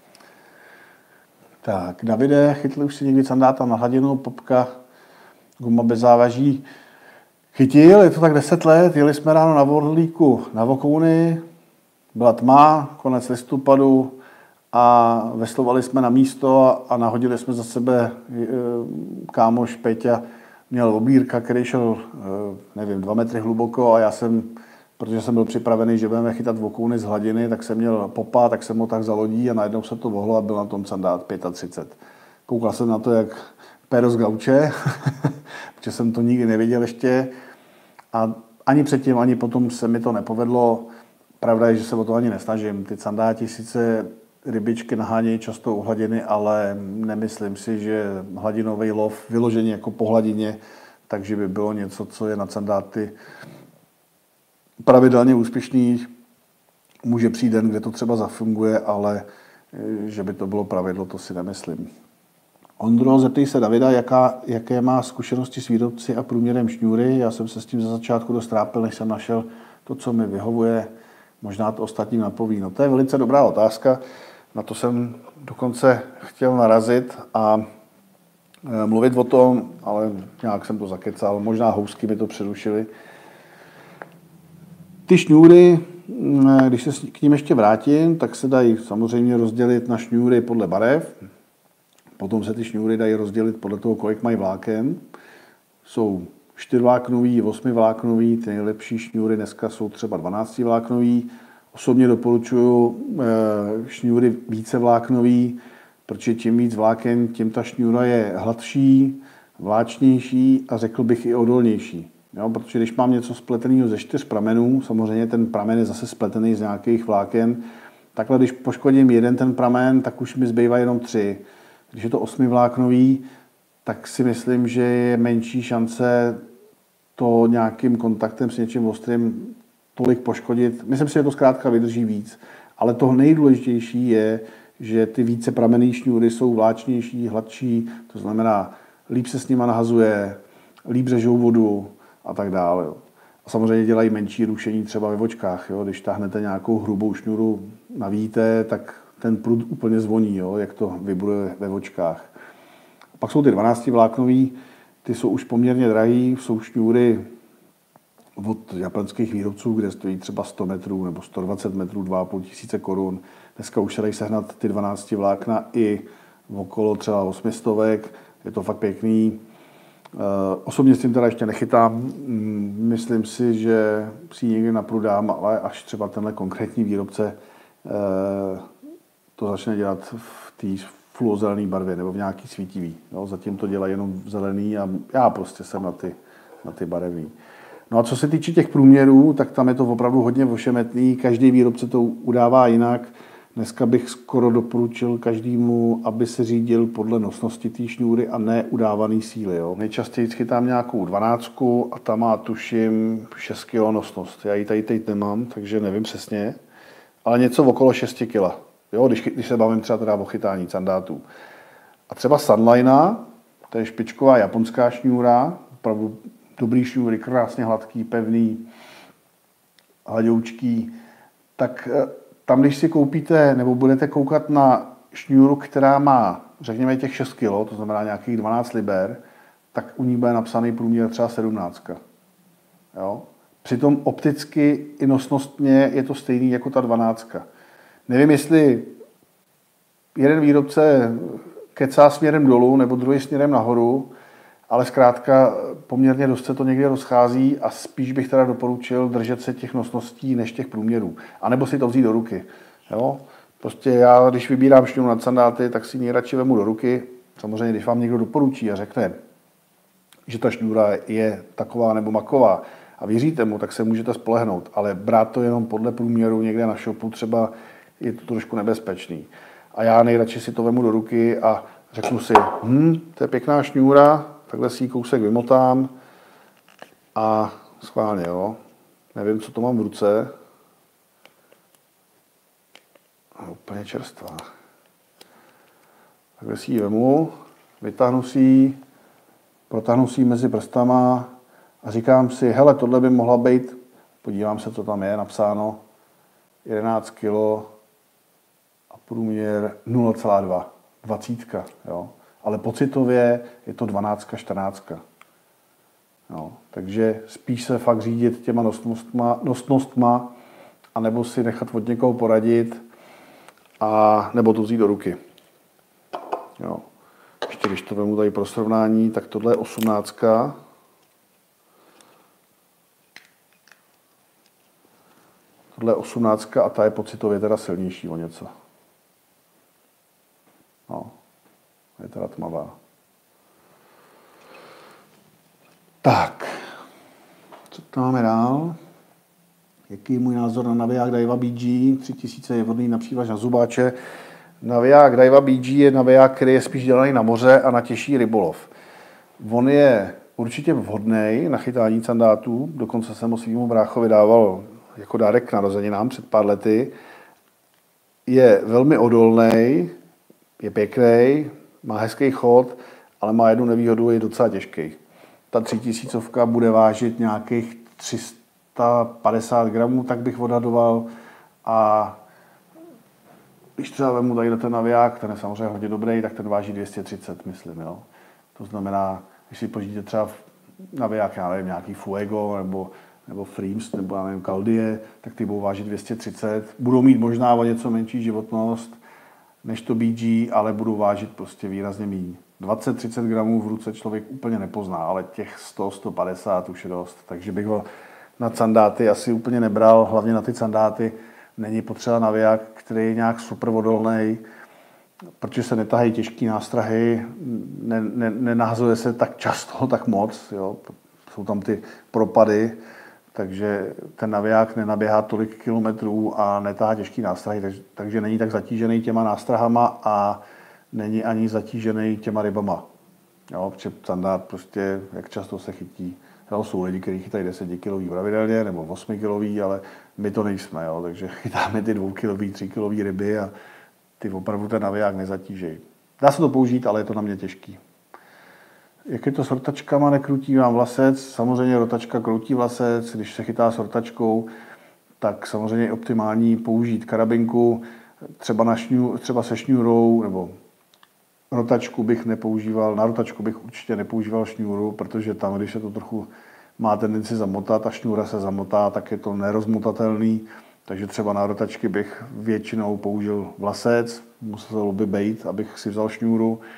Tak, Davide, chytli už si někdy sandáta na hladinu, popka, guma bez závaží. Chytil, je to tak deset let, jeli jsme ráno na Vorlíku na Vokouny, byla tma, konec listopadu a veslovali jsme na místo a nahodili jsme za sebe kámoš Peťa, měl obírka, který šel, nevím, dva metry hluboko a já jsem, protože jsem byl připravený, že budeme chytat Vokouny z hladiny, tak jsem měl popa, tak jsem ho tak za lodí a najednou se to vohlo a byl na tom sandát třicet pět. Koukal jsem na to, jak péro z gauče, protože jsem to nikdy neviděl ještě a ani předtím, ani potom se mi to nepovedlo. Pravda je, že se o to ani nesnažím. Ty sandáti sice rybičky nahánějí často u hladiny, ale nemyslím si, že hladinový lov vyložený jako po hladině, takže by bylo něco, co je na sandáty pravidelně úspěšný. Může přijít den, kde to třeba zafunguje, ale že by to bylo pravidlo, to si nemyslím. Ondro, zeptej se Davida, jaká, jaké má zkušenosti s výrobci a průměrem šňůry. Já jsem se s tím za začátku dost trápil, než jsem našel to, co mi vyhovuje. Možná to ostatním napoví. No to je velice dobrá otázka. Na to jsem dokonce chtěl narazit a mluvit o tom, ale nějak jsem to zakecal. Možná housky mi to přerušily. Ty šňůry, když se k ním ještě vrátím, tak se dají samozřejmě rozdělit na šňůry podle barev. Potom se ty šňůry dají rozdělit podle toho, kolik mají vláken. Jsou čtyřvláknový, osmivláknový, ty nejlepší šňůry dneska jsou třeba dvanáctivláknový. Osobně doporučuji šňůry vícevláknový, protože čím víc vláken, tím ta šňůra je hladší, vláčnější a řekl bych i odolnější. Jo, protože když mám něco spleteného ze čtyř pramenů, samozřejmě ten pramen je zase spletený z nějakých vláken, takhle když poškodím jeden ten pramen, tak už mi zbývá jenom tři. Když je to osmivláknový, tak si myslím, že je menší šance to nějakým kontaktem s něčím ostrým tolik poškodit. Myslím si, že to zkrátka vydrží víc. Ale to nejdůležitější je, že ty více pramenné šňůry jsou vláčnější, hladší, to znamená, líp se s nima nahazuje, líp řežou vodu a tak dále. A samozřejmě dělají menší rušení třeba ve vočkách. Jo? Když táhnete nějakou hrubou šňůru na vítě, tak ten prut úplně zvoní, jo? Jak to vybuduje ve vočkách. A pak jsou ty dvanáctivláknový, ty jsou už poměrně drahý, jsou šňůry od japonských výrobců, kde stojí třeba sto metrů nebo sto dvacet metrů, dva a půl tisíce korun. Dneska už se dají sehnat ty dvanáctivlákna i okolo třeba osmistovek, je to fakt pěkný. Osobně s tím teda ještě nechytám. Myslím si, že si ji někdy naprudám, ale až třeba tenhle konkrétní výrobce to začne dělat v té fluozelené barvě nebo v nějaký svítivý. Jo, zatím to dělají jenom v zelený a já prostě jsem na ty, na ty barevný. No a co se týče těch průměrů, tak tam je to opravdu hodně ošemetný. Každý výrobce to udává jinak. Dneska bych skoro doporučil každému, aby se řídil podle nosnosti té šňůry a ne udávaný síly. Jo. Nejčastěji chytám nějakou dvanáctku a ta má, tuším, šest kilo nosnost. Já ji tady teď nemám, takže nevím přesně, ale něco okolo šest kilo. Jo, když, když se bavím třeba teda o chytání sandátů. A třeba Sunline, to je špičková japonská šňůra, opravdu dobrý šňůry, krásně hladký, pevný, hladoučký, tak tam, když si koupíte nebo budete koukat na šňůru, která má, řekněme, těch šest kilo, to znamená nějakých dvanáct liber, tak u ní bude napsaný průměr třeba sedmnáct. Jo? Přitom opticky i nosnostně je to stejný jako ta dvanáct. Nevím, jestli jeden výrobce kecá směrem dolů nebo druhý směrem nahoru, ale zkrátka poměrně dost se to někde rozchází a spíš bych teda doporučil držet se těch nosností než těch průměrů. A nebo si to vzít do ruky. Jo? Prostě já, když vybírám šňůru na sandáty, tak si ji nejradši vemu do ruky. Samozřejmě, když vám někdo doporučí a řekne, že ta šňůra je taková nebo maková a věříte mu, tak se můžete spolehnout. Ale brát to jenom podle průměru někde na shopu třeba je to trošku nebezpečný. A já nejradši si to vemu do ruky a řeknu si, hm, to je pěkná šňůra, takhle si ji kousek vymotám a schválně, jo. Nevím, co to mám v ruce. A úplně čerstvá. Takhle si ji vemu, vytáhnu si ji, protáhnu si ji mezi prstama a říkám si, hele, tohle by mohla být, podívám se, co tam je napsáno, jedenáct kilo a průměr nula celá dva, dvacítka, jo. Ale pocitově je to dvanáct, čtrnáct. Jo. Takže spíš se fakt řídit těma nosnostma, nosnostma a nebo si nechat od někoho poradit a nebo to vzít do ruky. Jo. Ještě když to vemu tady pro srovnání, tak tohle je osmnáct. Tohle je osmnáct a ta je pocitově teda silnější o něco. No. Je teda tmavá. Tak. Co tam máme dál? Jaký je můj názor na naviják Daiwa B G? tři tisíce je vhodný na přívaž na zubáče. Naviják Daiwa B G je naviják, který je spíš dělaný na moře a na těžší rybolov. On je určitě vhodný na chytání sandátů. Dokonce jsem ho svýmu bráchovi dával jako dárek k narozeninám před pár lety. Je velmi odolný, je pěkný, má hezký chod, ale má jednu nevýhodu, je docela těžký. Ta třítisícovka bude vážit nějakých tři sta padesát gramů, tak bych odhadoval. A když třeba vemu tady ten naviják, ten je samozřejmě hodně dobrý, tak ten váží dvě stě třicet, myslím. Jo. To znamená, když si pořídíte třeba naviják, já nevím, nějaký Fuego nebo, nebo Freems, nebo já nevím, Caldie, tak ty budou vážit dvě stě třicet. Budou mít možná o něco menší životnost než to B G, ale budou vážit prostě výrazně méně. dvacet třicet gramů v ruce člověk úplně nepozná, ale těch sto sto padesát už je dost. Takže bych ho na sandáty asi úplně nebral, hlavně na ty sandáty. Není potřeba naviják, který je nějak super odolný, protože se netahají těžké nástrahy, ne, ne, nenahazuje se tak často, tak moc. Jo. Jsou tam ty propady, takže ten naviják nenaběhá tolik kilometrů a netahá těžký nástrahy, takže, takže není tak zatížený těma nástrahama a není ani zatížený těma rybama. Jo, protože sandát prostě, jak často se chytí. Jo, jsou lidi, kteří chytají desetikilový pravidelně nebo osmikilový, ale my to nejsme, jo, takže chytáme ty dvoukilový, tříkilový ryby a ty opravdu ten naviják nezatížejí. Dá se to použít, ale je to na mě těžký. Jak je to s rotačkama, nekrutí vám vlasec. Samozřejmě rotačka kroutí vlasec, když se chytá s rotačkou, tak samozřejmě je optimální použít karabinku, třeba, na šňů, třeba se šňůrou, nebo rotačku bych nepoužíval, na rotačku bych určitě nepoužíval šňůru, protože tam, když se to trochu má tendenci zamotat a šňůra se zamotá, tak je to nerozmotatelný, takže třeba na rotačky bych většinou použil vlasec, muselo by být, abych si vzal šňůru.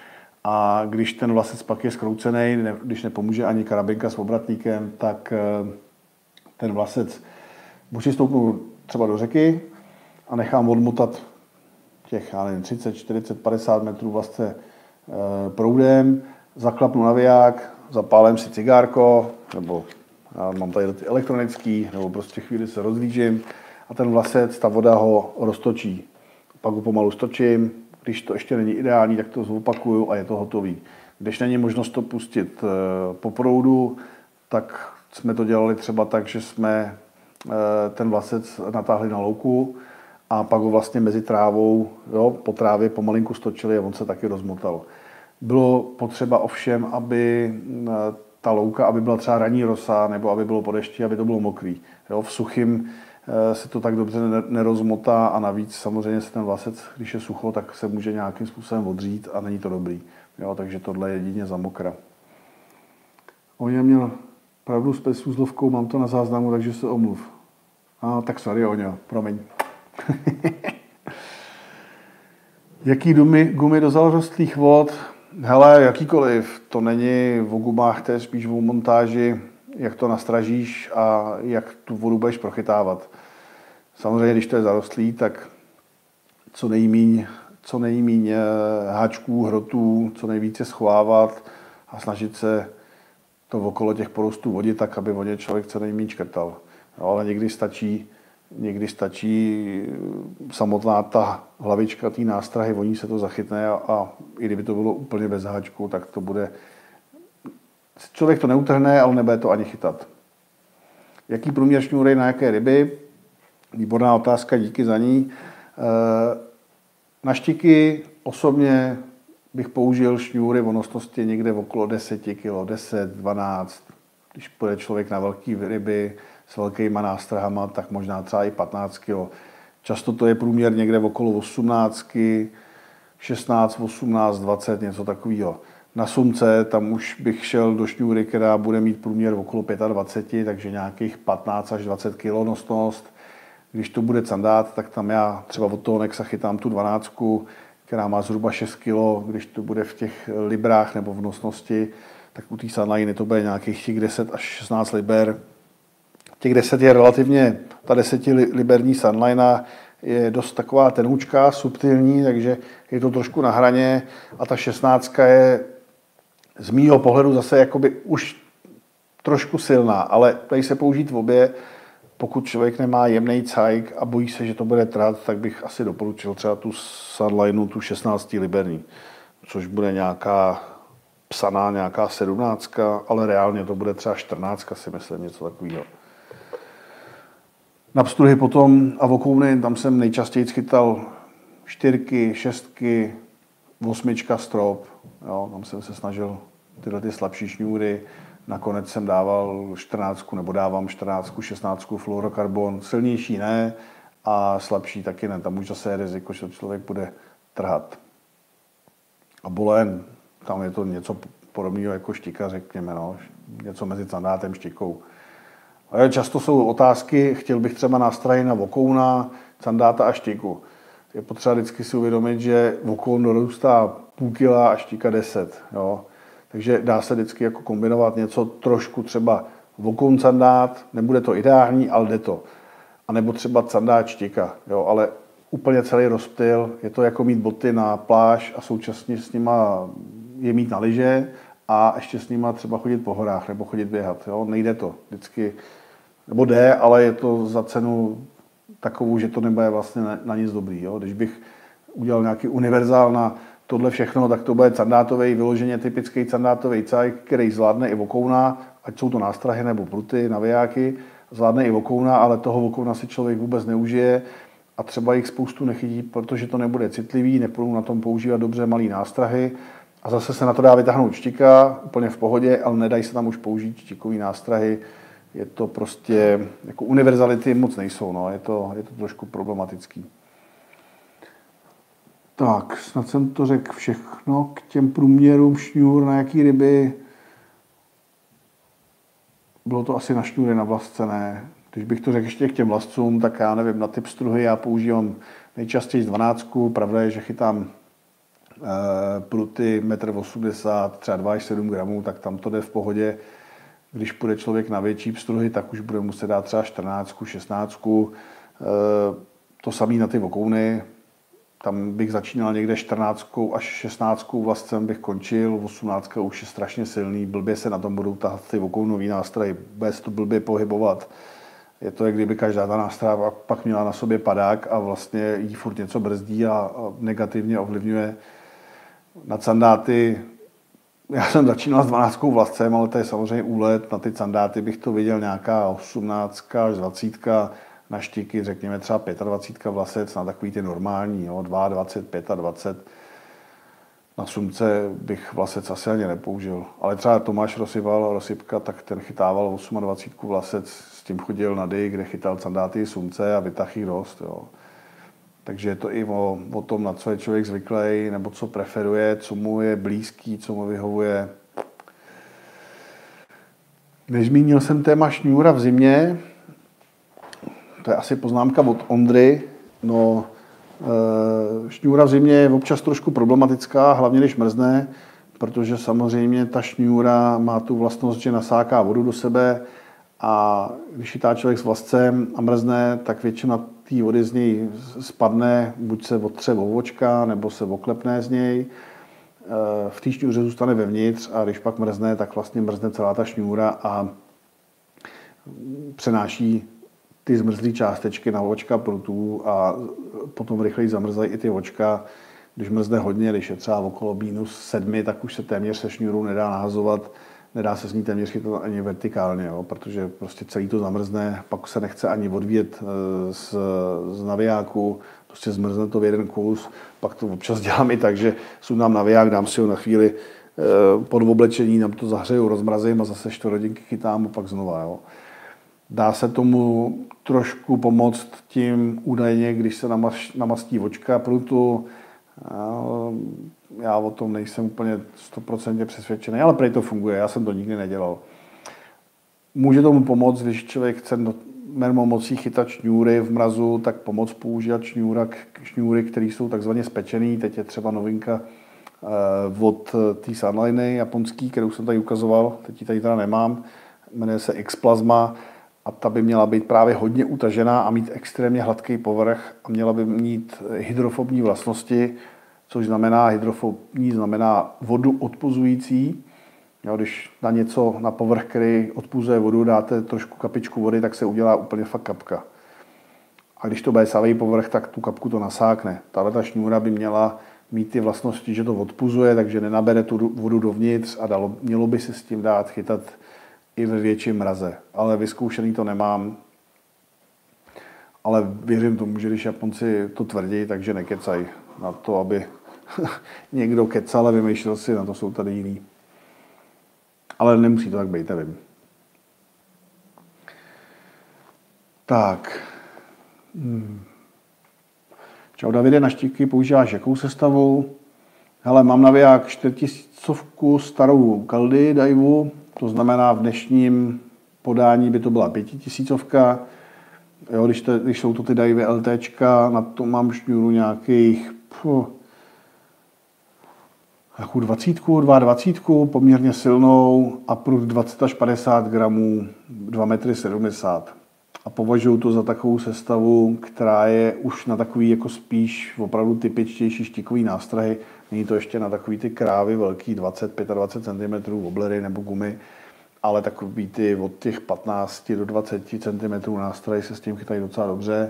A když ten vlasec pak je zkroucený, ne, když nepomůže ani karabinka s obratníkem, tak ten vlasec buď si stoupnu třeba do řeky a nechám odmotat těch, já nevím, třicet, čtyřicet, padesát metrů vlasce proudem, zaklapnu naviják, zapálím si cigárko, nebo já mám tady ty elektronický, nebo prostě chvíli se rozlížím a ten vlasec, ta voda ho roztočí. Pak ho pomalu stočím, když to ještě není ideální, tak to zopakuju a je to hotový. Když není možnost to pustit po proudu, tak jsme to dělali třeba tak, že jsme ten vlasec natáhli na louku a pak ho vlastně mezi trávou, jo, po trávě pomalinku stočili a on se taky rozmotal. Bylo potřeba ovšem, aby ta louka, aby byla třeba ranní rosa, nebo aby bylo po dešti, aby to bylo mokrý. Jo, v suchým se to tak dobře nerozmotá a navíc samozřejmě se ten vlasec, když je sucho, tak se může nějakým způsobem odřít a není to dobrý. Jo, takže tohle je jedině za mokra. On měl pravdu s pesůzlovkou, mám to na záznamu, takže se omluv. A tak sorry, Oňo, promiň. Jaký gumy, gumy do zarostlých vod? Hele, jakýkoliv. To není o gumách, to je spíš o montáži, jak to nastražíš a jak tu vodu budeš prochytávat. Samozřejmě, když to je zarostlý, tak co nejmíň, co nejmíň háčků, hrotů, co nejvíce schovávat a snažit se to okolo těch porostů vodit tak, aby vodě člověk co nejmíň škrtal. No, ale někdy stačí, někdy stačí samotná ta hlavička té nástrahy, voní se to zachytne a, a i kdyby to bylo úplně bez háčku, tak to bude... Člověk to neutrhne, ale nebude to ani chytat. Jaký průměr šňůry na jaké ryby? Výborná otázka, díky za ní. Na štiky osobně bych použil šňůry v nosnosti někde okolo deset kilo, deset, dvanáct. Když půjde člověk na velké ryby s velkýma nástrahama, tak možná třeba i patnáct kilo. Často to je průměr někde okolo osmnáct, šestnáct, osmnáct, dvacet, něco takového. Na sumce tam už bych šel do šňůry, která bude mít průměr okolo dvacet pět, takže nějakých patnáct až dvacet kilo nosnost. Když to bude candát, tak tam já třeba od toho Nexa chytám tu dvanáctku, která má zhruba šest kilo. Když to bude v těch librách nebo v nosnosti, tak u té Sunline to bude nějakých těch deset až šestnáct liber. Těch deset je relativně, ta desetiliberní Sunline je dost taková tenoučká, subtilní, takže je to trošku na hraně a ta šestnáctka je z mýho pohledu zase jakoby už trošku silná, ale dají se použít v obě. Pokud člověk nemá jemný cajk a bojí se, že to bude trhat, tak bych asi doporučil třeba tu Sunline, tu šestnáctiliberní, což bude nějaká psaná, nějaká sedmnáctka, ale reálně to bude třeba čtrnáctka, si myslím, něco takového. Na pstruhy potom a vokouny, tam jsem nejčastěji chytal čtyřky, šestky, osmička strop. Jo, tam jsem se snažil tyhle ty slabší šňůry. Nakonec jsem dával čtrnáctku, nebo dávám čtrnáctku, šestnáctku fluorokarbon. Silnější ne a slabší taky ne. Tam už zase je riziko, že člověk bude trhat. A bolen, tam je to něco podobného jako štika, řekněme. No. Něco mezi candátem a štikou. Ale často jsou otázky, chtěl bych třeba nástrahy na vokouna, candáta a štiku. Je potřeba vždycky si uvědomit, že vokoun dorůstá půl kila a štika deset. Jo. Takže dá se vždycky jako kombinovat něco trošku třeba vokoun candát, nebude to ideální, ale jde to. A nebo třeba candát štika, jo, ale úplně celý rozptyl, je to jako mít boty na pláž a současně s nima je mít na lyže a ještě s nima třeba chodit po horách nebo chodit běhat. Jo. Nejde to vždycky, nebo jde, ale je to za cenu takovou, že to nebude vlastně na, na nic dobrý. Jo. Když bych udělal nějaký univerzál na tohle všechno, tak to bude candátový, vyloženě typický candátový cajk, který zvládne i vokouna, ať jsou to nástrahy nebo pruty, navijáky, zvládne i vokouna, ale toho vokouna si člověk vůbec neužije a třeba jich spoustu nechytí, protože to nebude citlivý, nebudou na tom používat dobře malý nástrahy a zase se na to dá vytáhnout štika, úplně v pohodě, ale nedají se tam už použít štikový nástrahy. Je to prostě, jako univerzality moc nejsou, no. je, to, je to trošku problematický. Tak, snad jsem to řekl všechno k těm průměrům šňůr, na jaký ryby. Bylo to asi na šňůry, na vlasce ne. Když bych to řekl ještě k těm vlascům, tak já nevím, na ty pstruhy já používám nejčastěji dvanáctku. Pravda je, že chytám pruty metr osmdesát, třeba dva až sedm gramů, tak tam to jde v pohodě. Když půjde člověk na větší pstruhy, tak už bude muset dát třeba čtrnáct, šestnáct. To samé na ty vokouny. Tam bych začínal někde čtrnáct až šestnáct vlastcem bych končil, osmnáct už je strašně silný, blbě se na tom budou tahat ty vokounový nástroje, bez to blbě pohybovat. Je to, jak kdyby každá ta nástroj pak měla na sobě padák a vlastně jí furt něco brzdí a negativně ovlivňuje. Na sandáty, já jsem začínal s dvanáctkou vlastcem, ale to je samozřejmě úlet. Na ty sandáty bych to viděl nějaká osmnáctka až dvacet, na štiky řekněme třeba dvacet pět vlasec, na takový ty normální, jo, dvacet dva, dvacet pět. Na sumce bych vlasec asi ani nepoužil. Ale třeba Tomáš Rosypal, Rosypka, tak ten chytával dvacet osm vlasec, s tím chodil na dy, kde chytal sandáty i sumce a vytáhl jich dost. Jo. Takže je to i o, o tom, na co je člověk zvyklý, nebo co preferuje, co mu je blízký, co mu vyhovuje. Nezmínil jsem téma šňůra v zimě. To je asi poznámka od Ondry. No, e, šňůra v zimě je občas trošku problematická, hlavně když mrzne, protože samozřejmě ta šňůra má tu vlastnost, že nasáká vodu do sebe a když chytá člověk s vlascem a mrzne, tak většina té vody z něj spadne, buď se otře o vočka, nebo se oklepne z něj. V té šňůře zůstane vevnitř a když pak mrzne, tak vlastně mrzne celá ta šňůra a přenáší ty zmrzlé částečky na vočka prutů a potom rychleji zamrzají i ty vočka. Když mrzne hodně, když je třeba okolo minus sedmi, tak už se téměř se šňůrou nedá nahazovat, nedá se s ní téměř chytat ani vertikálně, jo, protože prostě celý to zamrzne, pak se nechce ani odvíjet z, z navijáku, prostě zmrzne to v jeden kus, pak to občas dělám i tak, že sundám naviják, dám si ho na chvíli pod oblečení, tam to zahřeju, rozmrazím a zase čtvrt hodinky chytám a pak znova. Jo. Dá se tomu trošku pomoct tím údajně, když se namastí vočka prutu. Já o tom nejsem úplně sto procent přesvědčený, ale prej to funguje, já jsem to nikdy nedělal. Může tomu pomoct, když člověk chce mermomocí chytat šňůry v mrazu, tak pomoct používat šňůra, šňůry, které jsou takzvaně spečený. Teď je třeba novinka od té Sunliny japonský, kterou jsem tady ukazoval, teď ji tady teda nemám, jmenuje se X-Plasma. A ta by měla být právě hodně utažená a mít extrémně hladký povrch a měla by mít hydrofobní vlastnosti, což znamená, hydrofobní znamená vodu odpuzující. Jo, když na něco, na povrch, který odpuzuje vodu, dáte trošku kapičku vody, tak se udělá úplně fakt kapka. A když to bude savý povrch, tak tu kapku to nasákne. Tahle ta šňůra by měla mít ty vlastnosti, že to odpuzuje, takže nenabere tu vodu dovnitř a dalo, mělo by se s tím dát chytat i ve větším mraze, ale vyzkoušený to nemám. Ale věřím tomu, že když Japonci to tvrdí, takže nekecají na to, aby někdo kecal a vymýšlel si, na to jsou tady jiný. Ale nemusí to tak být, nevím. Tak. Hmm. Čau Davide, na štiky používáš jakou sestavu? Hele, mám naviják čtyřtisícovku starou Kaldy Daivu, to znamená v dnešním podání by to byla pětitisícovka. Jo, když, te, když jsou to ty Daivy LTčka, na to mám šňůru nějakých puh, jakou dvacítku, dvacítku, poměrně silnou a prut dvacet až padesát gramů, dva metry sedmdesát. A považuji to za takovou sestavu, která je už na takový jako spíš opravdu typičtější štikový nástrahy. Není to ještě na takový ty krávy velký dvacet až dvacet pět centimetrů oblery nebo gumy, ale takový ty od těch patnáct do dvacet centimetrů nástrahy se s tím chytají docela dobře.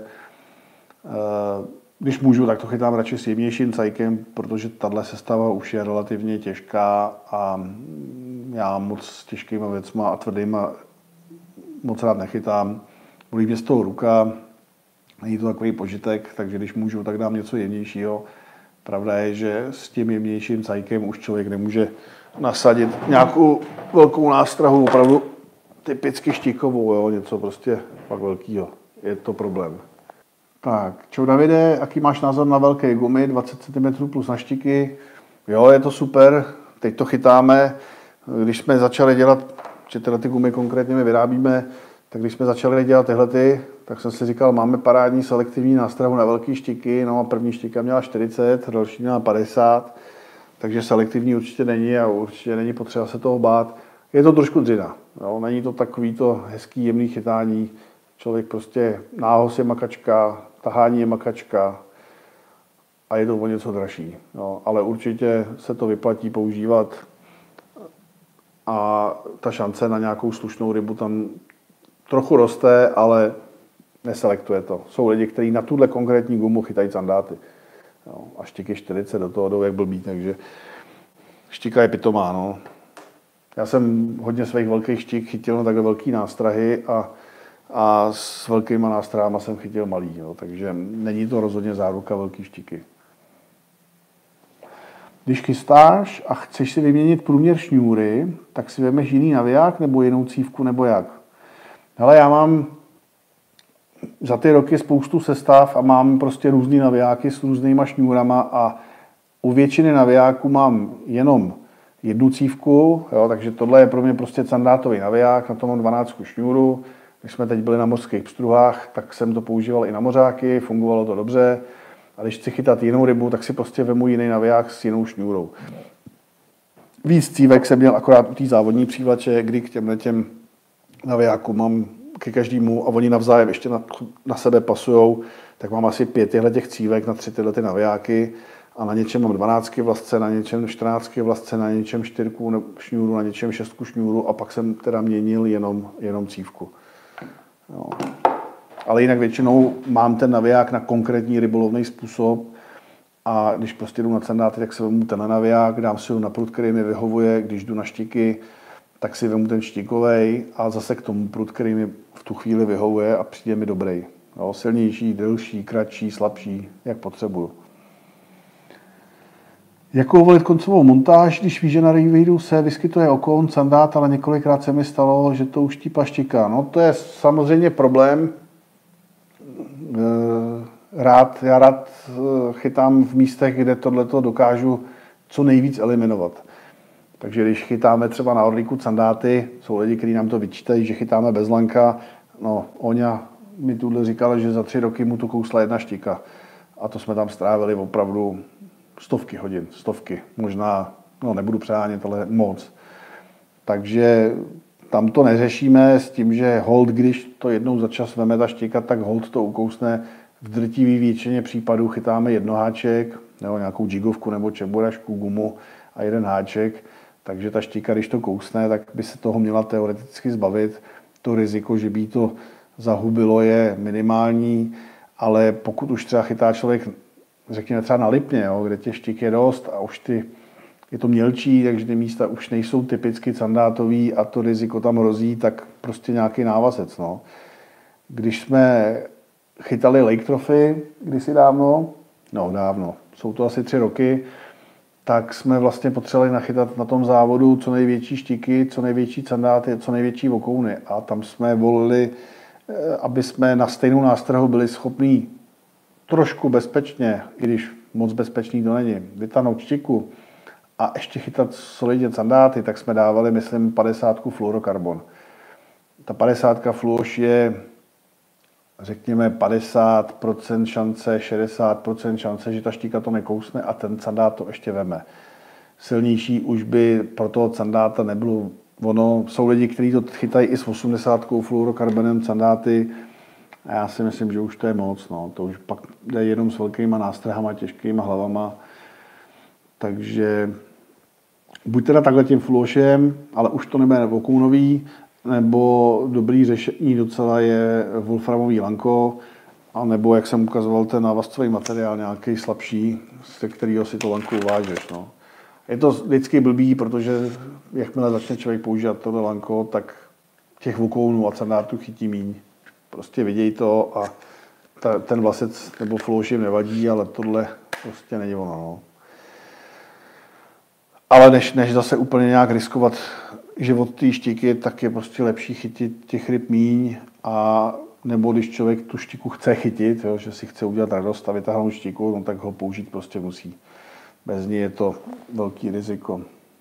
Když můžu, tak to chytám radši s jemnějším cajkem, protože tahle sestava už je relativně těžká a já moc s těžkýma věcma a tvrdýma moc rád nechytám. Bolí mě z toho ruka, není to takový požitek, takže když můžu, tak dám něco jemnějšího. Pravda je, že s tím jemnějším cajkem už člověk nemůže nasadit nějakou velkou nástrahu, opravdu typicky štíkovou, jo, něco prostě fakt velkýho. Je to problém. Tak, čau Davide, jaký máš názor na velké gumy, dvacet centimetrů plus na štiky? Jo, je to super, teď to chytáme. Když jsme začali dělat, že tyhle ty gumy konkrétně my vyrábíme, tak když jsme začali dělat tyhle, tak jsem si říkal, máme parádní selektivní nástrahu na velké štiky, no a první štika měla čtyřicet, další měla padesát. takže selektivní určitě není a určitě není potřeba se toho bát. Je to trošku dřina, jo? Není to takový to hezký, jemný chytání. Člověk prostě nához je makačka, tahání je makačka a je to o něco dražší. Jo? Ale určitě se to vyplatí používat a ta šance na nějakou slušnou rybu tam trochu roste, ale neselektuje to. Jsou lidi, kteří na tuhle konkrétní gumu chytají sandáty. Jo? A štiky čtyřicet do toho jdou jak blbý, takže štika je pitomá. No. Já jsem hodně svých velkých štik chytil na takhle velký nástrahy a, a s velkýma nástrahama jsem chytil malý. Jo. Takže není to rozhodně záruka velký štiky. Když chystáš a chceš si vyměnit průměr šňůry, tak si vemeš jiný naviják nebo jinou cívku nebo jak? Hele, já mám za ty roky spoustu sestav a mám prostě různý navijáky s různýma šňůrama a u většiny navijáků mám jenom jednu cívku, jo, takže tohle je pro mě prostě sandátový naviják, na tom mám dvanáct šňůru. Když jsme teď byli na mořských pstruhách, tak jsem to používal i na mořáky, fungovalo to dobře. A když chci chytat jinou rybu, tak si prostě vemu jiný naviják s jinou šňůrou. Víc cívek jsem měl akorát u té závodní přívlače, kdy k těmhle těm navijákům mám ke každému a oni navzájem ještě na, na sebe pasujou, tak mám asi pět těchto těch cívek na tři tyhle ty navijáky a na něčem mám dvanáct vlastce, na něčem čtrnáct vlastce, na něčem čtyřku šňůru, na něčem šestku šňůru a pak jsem teda měnil jenom, jenom cívku. Jo. Ale jinak většinou mám ten naviják na konkrétní rybolovný způsob a když prostě jdu na sandáty, tak si vezmu ten naviják, dám si ho na prut, který mi vyhovuje, když jdu na štiky, tak si vezmu ten štikovej a zase k tomu prut, který mi v tu chvíli vyhovuje a přijde mi dobrý. Jo, silnější, delší, kratší, slabší, jak potřebuju. Jakou volit koncovou montáž, když víš, že na revíru se vyskytuje okoun, sandát, ale několikrát se mi stalo, že to uštípa štika. No to je samozřejmě problém. Rád, já rád chytám v místech, kde tohleto dokážu co nejvíc eliminovat. Takže když chytáme třeba na orlíku sandáty, jsou lidi, kteří nám to vyčítají, že chytáme bez lanka. No, Oňa mi tuhle říkala, že za tři roky mu to kousla jedna štika. A to jsme tam strávili opravdu stovky hodin, stovky. Možná, no nebudu přehánět, ale moc. Takže tam to neřešíme s tím, že hold, když to jednou za čas veme ta štika, tak hold to ukousne. V drtivé většině případů chytáme jednoháček, nebo nějakou jigovku nebo čeborašku, gumu a jeden háček. Takže ta štika, když to kousne, tak by se toho měla teoreticky zbavit. To riziko, že by to zahubilo, je minimální, ale pokud už třeba chytá člověk, řekněme třeba na Lipně, jo, kde těch štik je dost a už ty, je to mělčí, takže ty místa už nejsou typicky sandátový a to riziko tam hrozí, tak prostě nějaký návazec. No. Když jsme chytali Lake Trophy kdysi dávno, no dávno, jsou to asi tři roky, tak jsme vlastně potřebovali nachytat na tom závodu co největší štiky, co největší sandáty, co největší okouny. A tam jsme volili, aby jsme na stejnou nástrahu byli schopní trošku bezpečně, i když moc bezpečný to není, vytáhnout štiku a ještě chytat solidně sandáty, tak jsme dávali, myslím, padesátku fluorokarbon. Ta padesátka fluoš je, řekněme, padesát procent šance, šedesát procent šance, že ta štika to nekousne a ten sandát to ještě veme. Silnější už by pro toho sandáta nebylo. Ono, jsou lidi, kteří to chytají i s osmdesátkou fluorokarbonem sandáty a já si myslím, že už to je moc. No. To už pak jde jenom s velkýma nástrahama, těžkýma hlavama. Takže buď teda takhle tím fluošem, ale už to nebude okounový, nebo dobrý řešení docela je wolframový lanko, a nebo, jak jsem ukazoval, ten návazcový materiál nějaký slabší, ze kterého si to lanko uvážeš. No. Je to vždycky blbý, protože jakmile začne člověk používat tohle lanko, tak těch vokounů a sandátů chytí míň. Prostě viděj to a ta, ten vlasec nebo flouš jim nevadí, ale tohle prostě není ono. No. Ale než, než zase úplně nějak riskovat život té štiky, tak je prostě lepší chytit těch ryb míň, a nebo když člověk tu štiku chce chytit, jo, že si chce udělat radost a vytáhnout štiku, no, tak ho použít prostě musí. Bez ní je to velký riziko.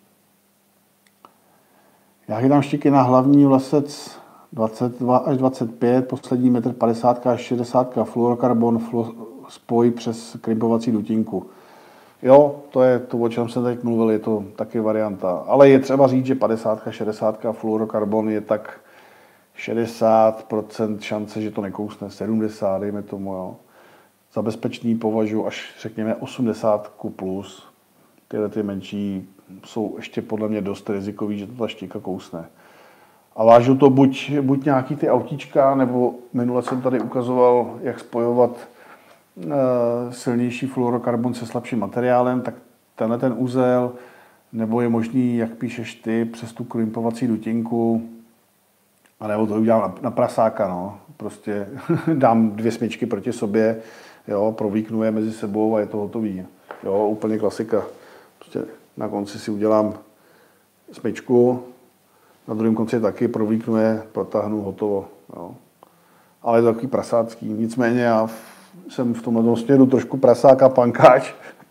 Já chytám štiky na hlavní vlasec dvacet dva až dvacet pět, poslední metr padesát až šedesát, fluorokarbon fluo, spoj přes krympovací dutinku. Jo, to je to, o čem jsem teď mluvil, je to taky varianta. Ale je třeba říct, že padesát, šedesát fluorokarbon je tak šedesát procent šance, že to nekousne, sedmdesát, dejme tomu, jo. Za bezpečný považuji až řekněme osmdesát plus. Tyhle ty menší jsou ještě podle mě dost rizikový, že to ta štika kousne. A vážu to buď, buď nějaký ty autíčka, nebo minule jsem tady ukazoval, jak spojovat e, silnější fluorokarbon se slabším materiálem, tak tenhle ten uzel, nebo je možný, jak píšeš ty, přes tu klimpovací dutinku, a nebo to udělám na, na prasáka, no. Prostě dám dvě smyčky proti sobě, jo, províknu je mezi sebou a je to hotový. Jo, úplně klasika. Prostě na konci si udělám smyčku, na druhém konci taky províknu je, protáhnu, hotovo. Jo. Ale je to takový prasácký. Nicméně já jsem v tomhle směru trošku prasák a pankáč.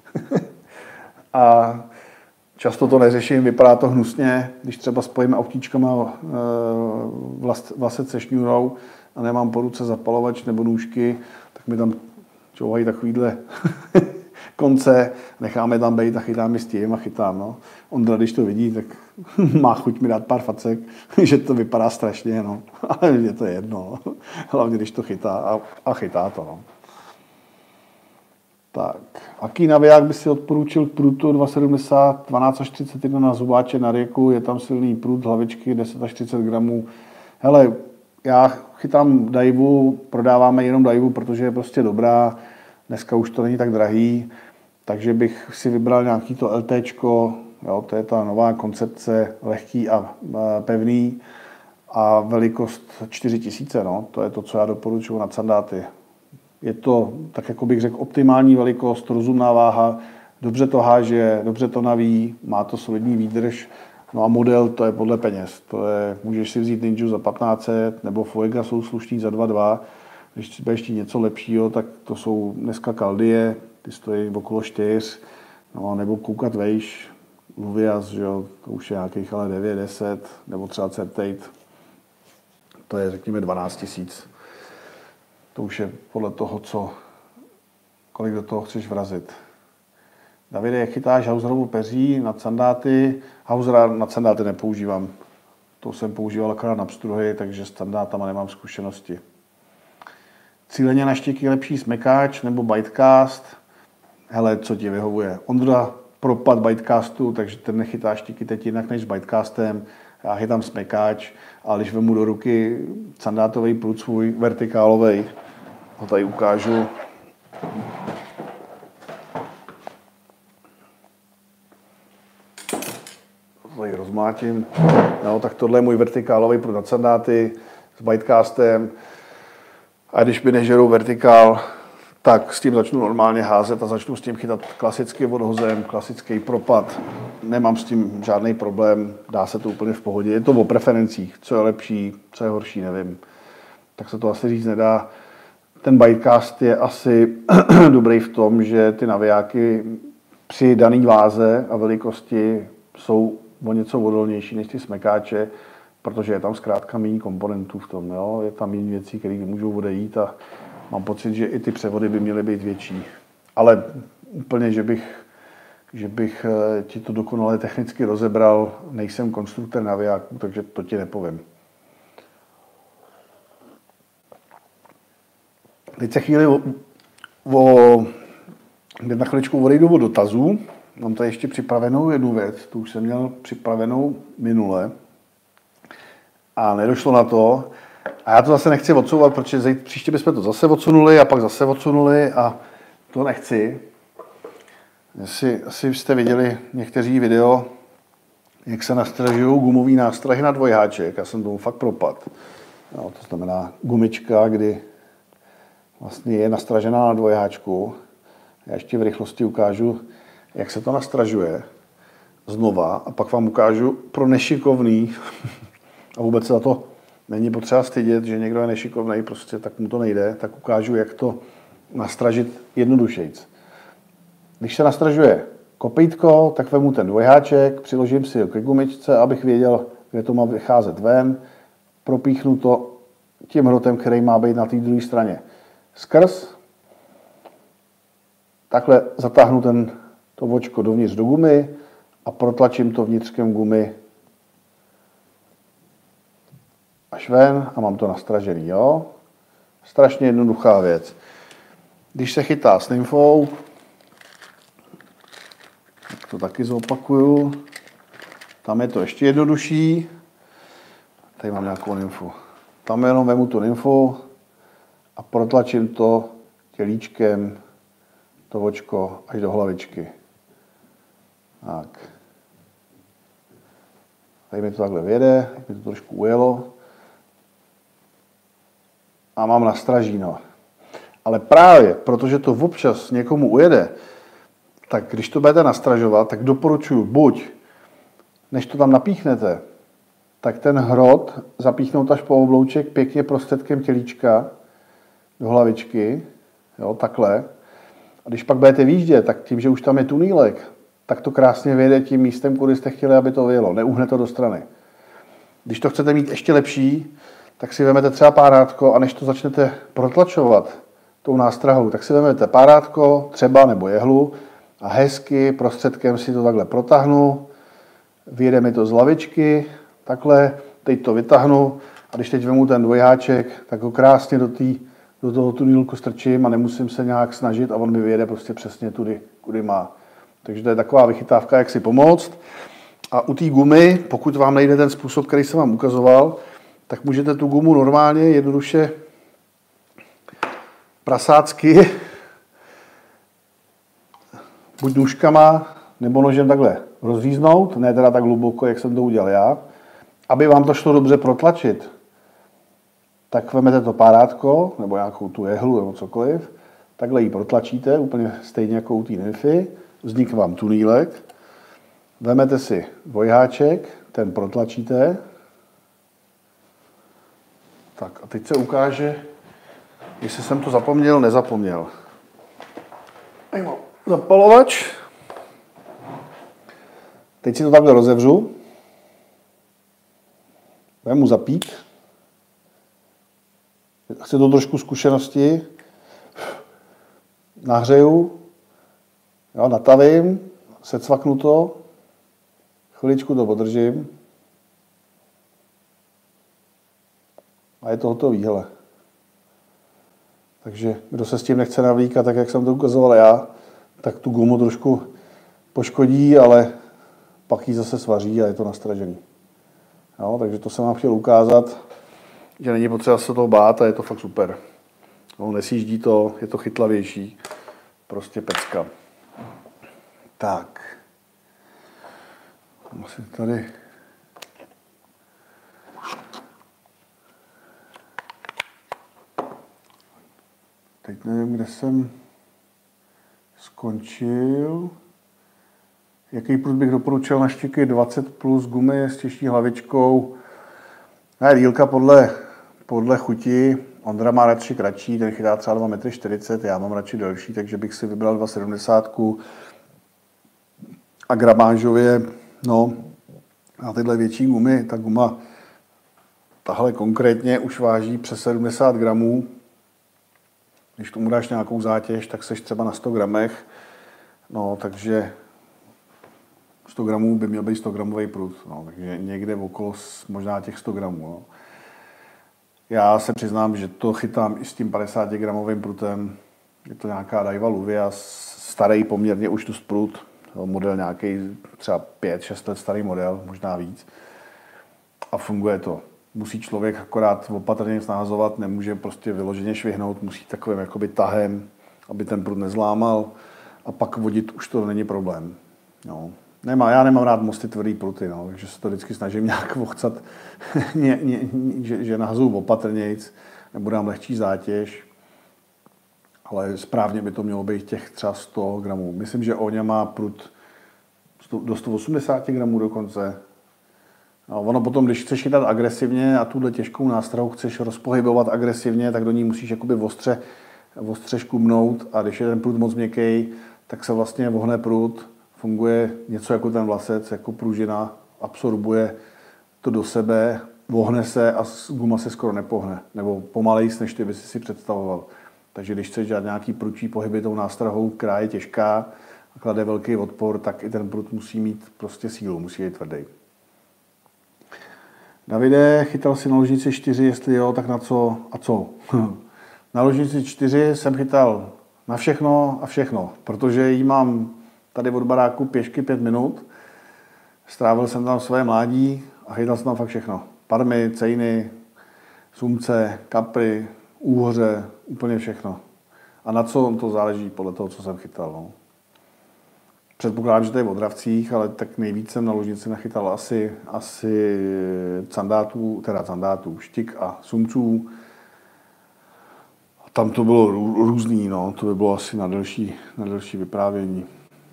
A často to neřeším, vypadá to hnusně, když třeba spojím autíčkama vlasec se šňůrou a nemám po ruce zapalovač nebo nůžky, tak mi tam čouhají takovýhle konce, necháme tam bejt a chytám s tím a chytám. No. Ondra, když to vidí, tak má chuť mi dát pár facek, že to vypadá strašně, no. Ale mně to je jedno, no. Hlavně když to chytá a, a chytá to. No. Tak, aký naviják by si odporučil k průtu dva sedmdesát, dvanáct až třicet jedna na zubáče na rieku, je tam silný prut, hlavičky deset až třicet gramů. Hele, já chytám Daiwu, prodáváme jenom Daiwu, protože je prostě dobrá, dneska už to není tak drahý, takže bych si vybral nějaký to LTčko, jo, to je ta nová koncepce, lehký a pevný a velikost čtyři tisíce, no, to je to, co já doporučuji na sandáty. Je to, tak jako bych řekl, optimální velikost, rozumná váha, dobře to háže, dobře to naví, má to solidní výdrž, no a model to je podle peněz. To je, můžeš si vzít Ninju za patnáct set, nebo Fuega jsou slušný za dva dva. Když budeš chtít něco lepšího, tak to jsou dneska Caldie, ty stojí okolo čtyř, no, nebo koukat vejš, Luvias, že jo, to už je nějakých ale devět, deset, nebo třeba Certate, to je řekněme dvanáct tisíc. To už je podle toho, co, kolik do toho chceš vrazit. Davide, jak chytáš Hauserovu peří na sandáty? Hausera na sandáty nepoužívám. To jsem používal akorát na pstruhy, takže s sandátama nemám zkušenosti. Cíleně na štěky lepší smekáč nebo bitecast? Hele, co ti vyhovuje? Ondra propad bitecastu, takže ten nechytá štěky teď jinak než s bitecastem. Já chytám smekáč, ale když vemu do ruky sandátový prut svůj vertikálovej, ho tady ukážu. Tady rozmátím. No, tak tohle je můj vertikálový prut na sandáty s bitecastem. A když mi nežerou vertikál, tak s tím začnu normálně házet a začnu s tím chytat klasický odhozem, klasický propad. Nemám s tím žádný problém, dá se to úplně v pohodě. Je to o preferencích, co je lepší, co je horší, nevím. Tak se to asi říct nedá. Ten bitecast je asi dobrý v tom, že ty navijáky při dané váze a velikosti jsou o něco odolnější než ty smekáče, protože je tam zkrátka méně komponentů v tom. Jo? Je tam méně věcí, které můžou odejít a mám pocit, že i ty převody by měly být větší. Ale úplně, že bych, že bych ti to dokonale technicky rozebral, nejsem konstruktor navijáků, takže to ti nepovím. Teď se chvíli o, o, na chviličku odejdu od dotazů. Mám tady ještě připravenou jednu věc, tu už jsem měl připravenou minule a nedošlo na to. A já to zase nechci odsouvat, protože zajít, příště bychom to zase odsunuli a pak zase odsunuli a to nechci. Asi, asi jste viděli někteří video, jak se nastražují gumový nástrahy na dvojháček. Já jsem tomu fakt propad. No, to znamená gumička, kdy vlastně je nastražená na dvojháčku. Já ještě v rychlosti ukážu, jak se to nastražuje znova a pak vám ukážu pro nešikovný a vůbec se za to není potřeba stydět, že někdo je nešikovný, prostě tak mu to nejde, tak ukážu, jak to nastražit jednodušejc. Když se nastražuje kopýtko, tak vemu ten dvojháček, přiložím si ho ke gumičce, abych věděl, kde to má vycházet ven, propíchnu to tím hrotem, který má být na té druhé straně skrz. Takhle zatáhnu ten to vočko dovnitř do gumy a protlačím to vnitřkem gumy až ven a mám to nastražený, jo? Strašně jednoduchá věc. Když se chytá s nymfou, tak to taky zopakuju. Tam je to ještě jednodušší. Tady mám nějakou nymfu. Tam jenom vemu tu nymfu a protlačím to tělíčkem, to vočko až do hlavičky. Tak. Tady mi to takhle vyjede, mi to trošku ujelo. A mám nastražíno. Ale právě, protože to občas někomu ujede, tak když to budete nastražovat, tak doporučuji buď, než to tam napíchnete, tak ten hrot zapíchnout až po oblouček pěkně prostředkem tělíčka do hlavičky, jo, takhle. A když pak budete výjíždět, tak tím, že už tam je tunýlek, tak to krásně vyjede tím místem, kudy jste chtěli, aby to vyjelo. Neuhne to do strany. Když to chcete mít ještě lepší, tak si vezmete třeba párátko a než to začnete protlačovat tou nástrahou, tak si vezmete párátko, třeba nebo jehlu a hezky prostředkem si to takhle protáhnu, vyjede mi to z hlavičky, takhle, teď to vytáhnu a když teď vemu ten dvojháček, tak ho krásně do, tý, do toho tunýlku strčím a nemusím se nějak snažit a on mi vyjede prostě přesně tudy, kudy má. Takže to je taková vychytávka, jak si pomoct. A u té gumy, pokud vám nejde ten způsob, který jsem vám ukazoval, tak můžete tu gumu normálně, jednoduše prasácky, buď nůžkama, nebo nožem takhle rozříznout, ne teda tak hluboko, jak jsem to udělal já, aby vám to šlo dobře protlačit. Tak vezmete to párátko, nebo nějakou tu jehlu, nebo cokoliv, takhle ji protlačíte, úplně stejně jako u té nymfy, vznikne vám tunýlek, vezmete si dvojháček, ten protlačíte. Tak a teď se ukáže, jestli jsem to zapomněl, nezapomněl. Tady mám zapalovač. Teď si to takhle rozevřu. Vemu zapít. Chci to trošku zkušenosti. Nahřeju. Jo, natavím. Secvaknu to. Chviličku to podržím. A je to hotový, hele. Takže kdo se s tím nechce navlíkat, tak jak jsem to ukazoval já, tak tu gumu trošku poškodí, ale pak ji zase svaří a je to nastražený. Jo, takže to jsem vám chtěl ukázat, že není potřeba se toho bát a je to fakt super. No, nesjíždí to, je to chytlavější. Prostě pecka. Tak. Asi tady... Teď nevím, kde jsem skončil. Jaký prut bych doporučil na štiky dvacet plus gumy s těžší hlavičkou. Ne, dílka podle, podle chuti. Ondra má radši kratší, ten chytá třeba dva metry čtyřicet, já mám radši delší, takže bych si vybral dva sedmdesát a gramážově, no, a tyhle větší gumy, ta guma, tahle konkrétně už váží přes sedmdesát gramů. Když tomu dáš nějakou zátěž, tak seš třeba na sto gramech, no, takže sto gramů by měl být sto gramový prut, no, takže někde okolo možná těch sto gramů, no. Já se přiznám, že to chytám i s tím padesát gramovým prutem, je to nějaká Daiwa Luvia, starý poměrně už dost prut, model nějaký třeba pět šest let starý model, možná víc, a funguje to. Musí člověk akorát opatrně nahazovat, nemůže prostě vyloženě švihnout, musí takovým jakoby tahem, aby ten prut nezlámal a pak vodit už to není problém. No. Nemá, já nemám rád mosty tvrdý pruty, no, takže se to vždycky snažím nějak vochcat, ně, ně, že, že nahazuju opatrnějc, nebo dám lehčí zátěž, ale správně by to mělo být těch třeba sto gramů. Myslím, že Oňa má prut do sto osmdesát gramů dokonce. No, ono potom, když chceš chytat agresivně a tuhle těžkou nástrahu chceš rozpohybovat agresivně, tak do ní musíš jakoby ostře, ostře škubnout a když je ten prut moc měkký, tak se vlastně vohne prut, funguje něco jako ten vlasec, jako pružina, absorbuje to do sebe, vohne se a guma se skoro nepohne, nebo pomalejc, než ty by si si představoval. Takže když chceš dělat nějaký prudčí pohyby tou nástrahou, která je těžká a klade velký odpor, tak i ten prut musí mít prostě sílu, musí být tvrdý. Davide, chytal si na ložnici čtyři, jestli jo, tak na co a co? Na ložnici čtyři jsem chytal na všechno a všechno, protože jí mám tady od baráku pěšky pět minut. Strávil jsem tam své mládí a chytal jsem tam fakt všechno. Parmy, cejny, sumce, kapry, úhoře, úplně všechno. A na co to záleží podle toho, co jsem chytal. No. Předpokládám, že to je v odravcích, ale tak nejvíc jsem na ložnici nachytal asi, asi candátů, teda candátů, štik a sumců. A tam to bylo různý, no. To by bylo asi na delší, na delší vyprávění.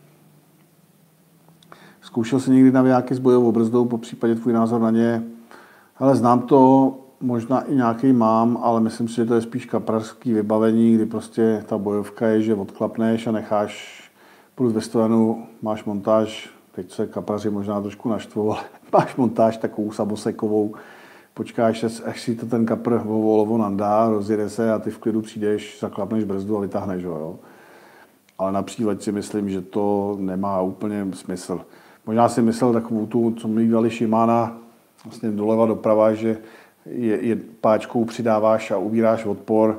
Zkoušel jsi někdy navijáky s bojovou brzdou, po případě tvůj názor na ně? Ale znám to, možná i nějaký mám, ale myslím si, že to je spíš kaprařský vybavení, kdy prostě ta bojovka je, že odklapneš a necháš prut ve stojanu, máš montáž, teď se kapraři možná trošku naštvou, ale máš montáž takovou samosekovou, počkáš, až si to ten kapr volovo nandá, rozjede se a ty v klidu přijdeš, zaklapneš brzdu a vytáhneš ho. Jo. Ale na příleť si myslím, že to nemá úplně smysl. Možná si myslel takovou tu, co mi dali Shimana, vlastně doleva doprava, že je, je páčkou přidáváš a ubíráš odpor.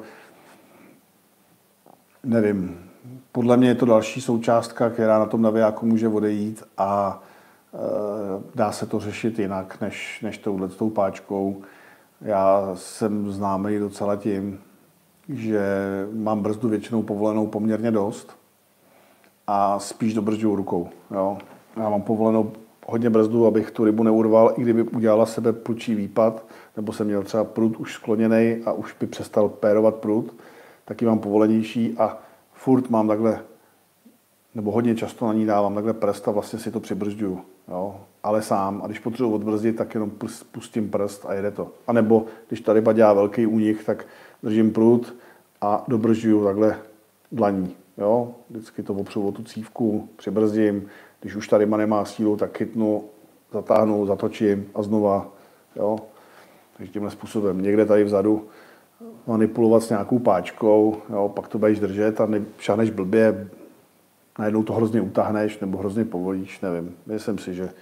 Nevím. Podle mě je to další součástka, která na tom navijáku může odejít a e, dá se to řešit jinak, než, než touhletou páčkou. Já jsem známý docela tím, že mám brzdu většinou povolenou poměrně dost a spíš dobržuju rukou. Jo. Já mám povolenou hodně brzdu, abych tu rybu neurval, i kdyby udělala sebe prudčí výpad, nebo jsem měl třeba prut už skloněný a už by přestal pérovat prut, taky mám povolenější a furt mám takhle, nebo hodně často na ní dávám takhle prst a vlastně si to přibržďuju. Jo. Ale sám. A když potřebuji odbrzdit, tak jenom pustím prst a jede to. A nebo když ta ryba dělá velký únik, tak držím prut a dobržďuju takhle dlaní. Jo. Vždycky to opřu o tu cívku, přibrzdím. Když už ta ryba nemá sílu, tak chytnu, zatáhnu, zatočím a znova. Jo. Takže tímhle způsobem. Někde tady vzadu manipulovat s nějakou páčkou, jo, pak to budeš držet a šahneš blbě, najednou to hrozně utáhneš nebo hrozně povolíš, nevím. Myslím si, že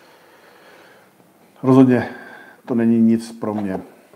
rozhodně to není nic pro mě.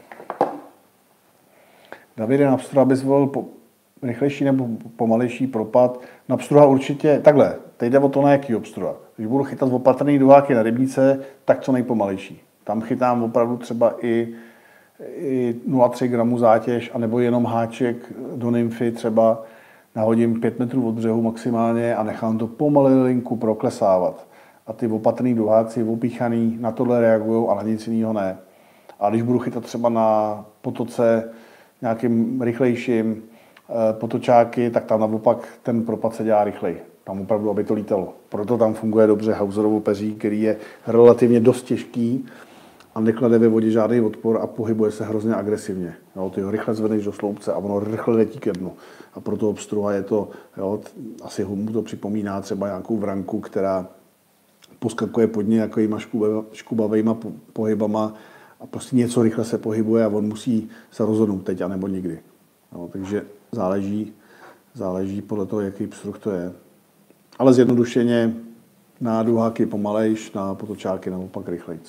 Davide, na pstruha bys volil po, rychlejší nebo pomalejší propad? Na pstruha určitě, takhle, teď jde o to, na jaký obstruha. Když budu chytat opatrný duháky na rybníce, tak co nejpomalejší. Tam chytám opravdu třeba i i nula celá tři gramu zátěž, anebo jenom háček do nymfy třeba nahodím pět metrů od břehu maximálně a nechám to pomalinku proklesávat. A ty opatrný duháci, opíchaný, na tohle reagují a na nic jiného ne. A když budu chytat třeba na potoce nějakým rychlejším potočáky, tak tam naopak ten propad se dělá rychleji. Tam opravdu, aby to lítalo. Proto tam funguje dobře Hauserovo peří, který je relativně dost těžký a neklade ve vodě žádný odpor a pohybuje se hrozně agresivně. Jo, ty ho rychle zvedneš do sloupce a ono rychle letí ke dnu. A proto obstruha je to, jo, asi mu to připomíná třeba nějakou vranku, která poskakuje pod nějakýma škubavejma pohybama a prostě něco rychle se pohybuje a on musí se rozhodnout teď, anebo nikdy. Jo, takže záleží, záleží podle toho, jaký pstruh to je. Ale zjednodušeně na duháky pomalejš, na potočáky naopak rychlejc.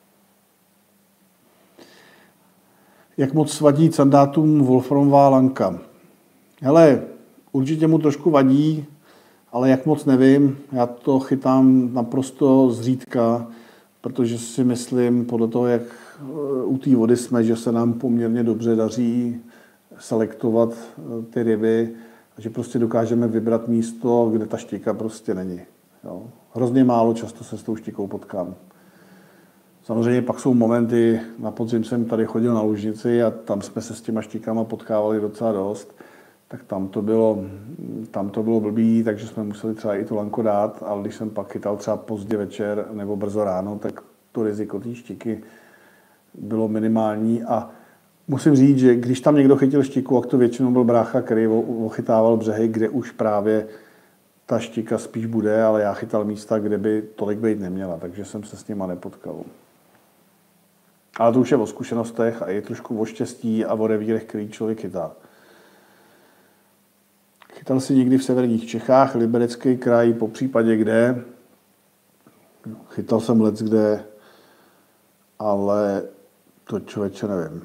Jak moc vadí candátům wolframová lanka? Hele, určitě mu trošku vadí, ale jak moc nevím. Já to chytám naprosto zřídka, protože si myslím, podle toho, jak u té vody jsme, že se nám poměrně dobře daří selektovat ty ryby a že prostě dokážeme vybrat místo, kde ta štika prostě není. Jo. Hrozně málo často se s tou štikou potkám. Samozřejmě pak jsou momenty, na podzim jsem tady chodil na lužnici a tam jsme se s těma štíkama potkávali docela dost, tak tam to bylo, tam to bylo blbý, takže jsme museli třeba i tu lanko dát, ale když jsem pak chytal třeba pozdě večer nebo brzo ráno, tak to riziko té štiky bylo minimální a musím říct, že když tam někdo chytil štiku, tak to většinou byl brácha, který ochytával břehy, kde už právě ta štika spíš bude, ale já chytal místa, kde by tolik být neměla, takže jsem se s nima nepotkal. Ale to už je o zkušenostech a je trošku o štěstí a o revírech, který člověk chytá. Chytal si někdy v severních Čechách, Liberecký kraj, po případě kde. Chytal jsem lec kde, ale to člověče nevím.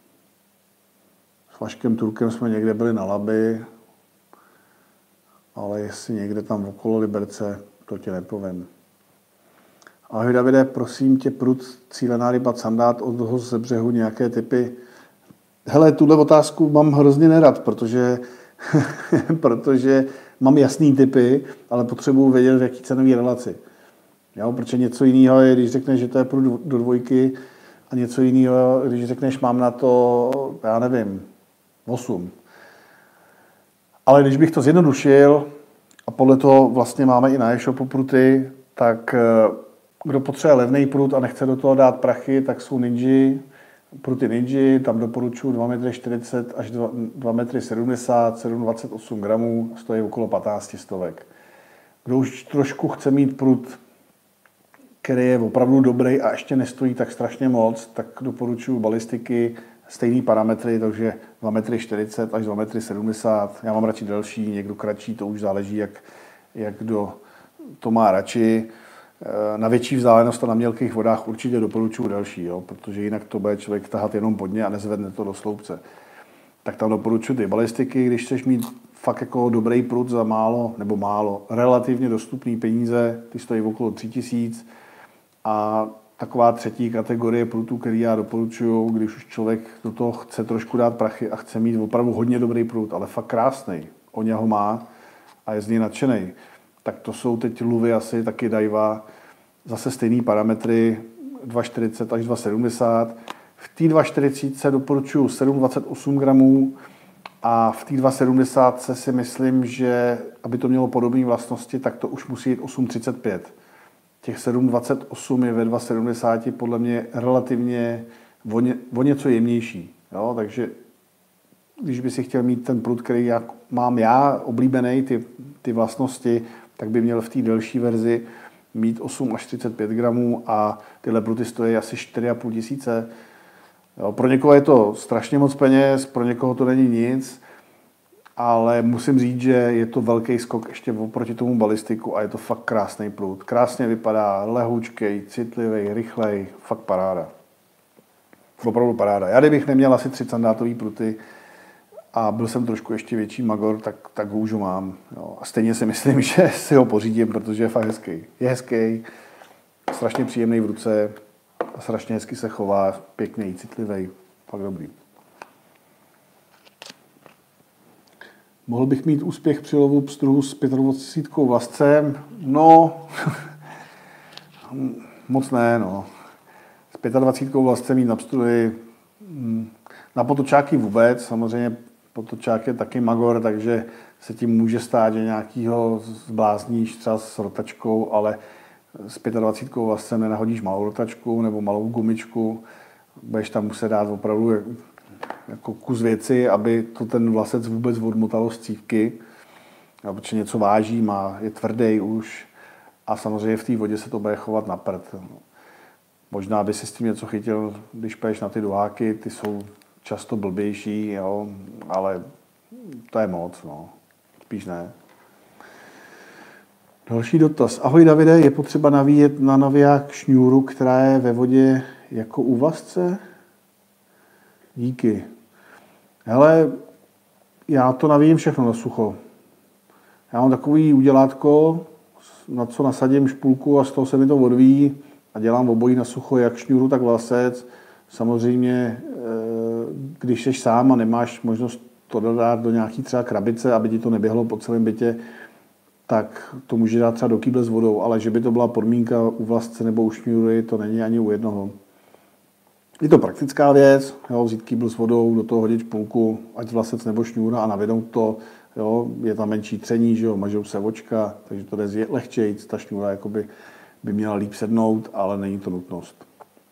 S Vaškem Turkem jsme někde byli na Labi, ale jestli někde tam okolo Liberce, to ti nepovím. Ahoj Davide, prosím tě, prut, cílená ryba, sandát od toho ze břehu, nějaké typy. Hele, tuhle otázku mám hrozně nerad, protože, protože mám jasný typy, ale potřebuji vědět, v jaký cenový relaci. Jo, protože něco jiného je, když řekneš, že to je prut do dvojky, a něco jiného, když řekneš, mám na to, já nevím, osm. Ale když bych to zjednodušil, a podle toho vlastně máme i na e-shopu pruty, tak kdo potřebuje levný prut a nechce do toho dát prachy, tak jsou Ninji, pruty Ninji, tam doporučuji dva metry čtyřicet až dva metry sedmdesát, sedm dvacet osm gramů, stojí okolo patnáct stovek. Kdo už trošku chce mít prut, který je opravdu dobrý a ještě nestojí tak strašně moc, tak doporučuji balistiky, stejný parametry, takže dva metry čtyřicet až dva metry sedmdesát. Já mám radši delší, někdo kratší, to už záleží, jak, jak kdo to má radši. Na větší vzdálenost a na mělkých vodách určitě doporučuji delší, jo, protože jinak to bude člověk tahat jenom pod ně a nezvedne to do sloupce. Tak tam doporučuji ty balistiky, když chceš mít fakt jako dobrý prut za málo, nebo málo, relativně dostupný peníze, ty stojí okolo tři tisíce. A taková třetí kategorie prutů, který já doporučuji, když už člověk do toho chce trošku dát prachy a chce mít opravdu hodně dobrý prut, ale fakt krásný, on ho má a je z něj nadšený, tak to jsou teď luvy asi, taky Daiwa, zase stejný parametry, dva čtyřicet až dva sedmdesát. V té dva čtyřicet doporučuji sedm dvacet osm gramů a v té dva sedmdesát si myslím, že aby to mělo podobné vlastnosti, tak to už musí jít osm třicet pět. Těch sedm dvacet osm je ve dva sedmdesát podle mě relativně o, ně, o něco jemnější. Jo? Takže když by si chtěl mít ten prut, který já, mám já oblíbený, ty, ty vlastnosti, tak by měl v té delší verzi mít osm až třicet pět gramů a tyhle pruty stojí asi čtyři a půl tisíce. Jo? Pro někoho je to strašně moc peněz, pro někoho to není nic, ale musím říct, že je to velký skok ještě oproti tomu balistiku a je to fakt krásný prut. Krásně vypadá, lehoučkej, citlivý, rychlej, fakt paráda. Opravdu paráda. Já kdybych neměl asi tři sandátový pruty a byl jsem trošku ještě větší magor, tak, tak ho už ho mám. Jo. A stejně si myslím, že si ho pořídím, protože je fakt hezký. Je hezký, strašně příjemný v ruce a strašně hezky se chová, pěkný, citlivý, fakt dobrý. Mohl bych mít úspěch při lovu pstruhu s dvacítkou vlascem? No, moc ne, no. S dvacítkou vlascem mít na pstruhy, na potočáky vůbec, samozřejmě potočák je taky magor, takže se tím může stát, že nějakýho zblázníš třeba s rotačkou, ale s dvacítkou vlascem nenahodíš malou rotačku nebo malou gumičku, budeš tam muset dát opravdu jako kus věci, aby to ten vlasec vůbec odmotalo z cívky, protože něco váží, má, je tvrdý už a samozřejmě v té vodě se to bude chovat na prd. Možná by si s tím něco chytil, když půjdeš na ty duháky, ty jsou často blbější, jo, ale to je moc, no. Spíš ne. Další dotaz. Ahoj Davide, je potřeba navíjet na naviják šňůru, která je ve vodě jako u vlasce? Díky. Hele, já to navíjím všechno na sucho. Já mám takový udělátko, na co nasadím špulku a z toho se mi to odvíjí a dělám obojí na sucho, jak šňůru, tak vlasec. Samozřejmě, když jsi sám a nemáš možnost to dát do nějaký třeba krabice, aby ti to neběhlo po celém bytě, tak to může dát třeba do kýble s vodou, ale že by to byla podmínka u vlasce nebo u šňůry, to není ani u jednoho. Je to praktická věc, jo, vzít kýbl s vodou, do toho hodit špulku, ať vlasec nebo šňůra a navědout to, jo, je tam menší tření, že jo, mažou se očka, takže to jde lehčejc, ta šňůra jakoby by měla líp sednout, ale není to nutnost.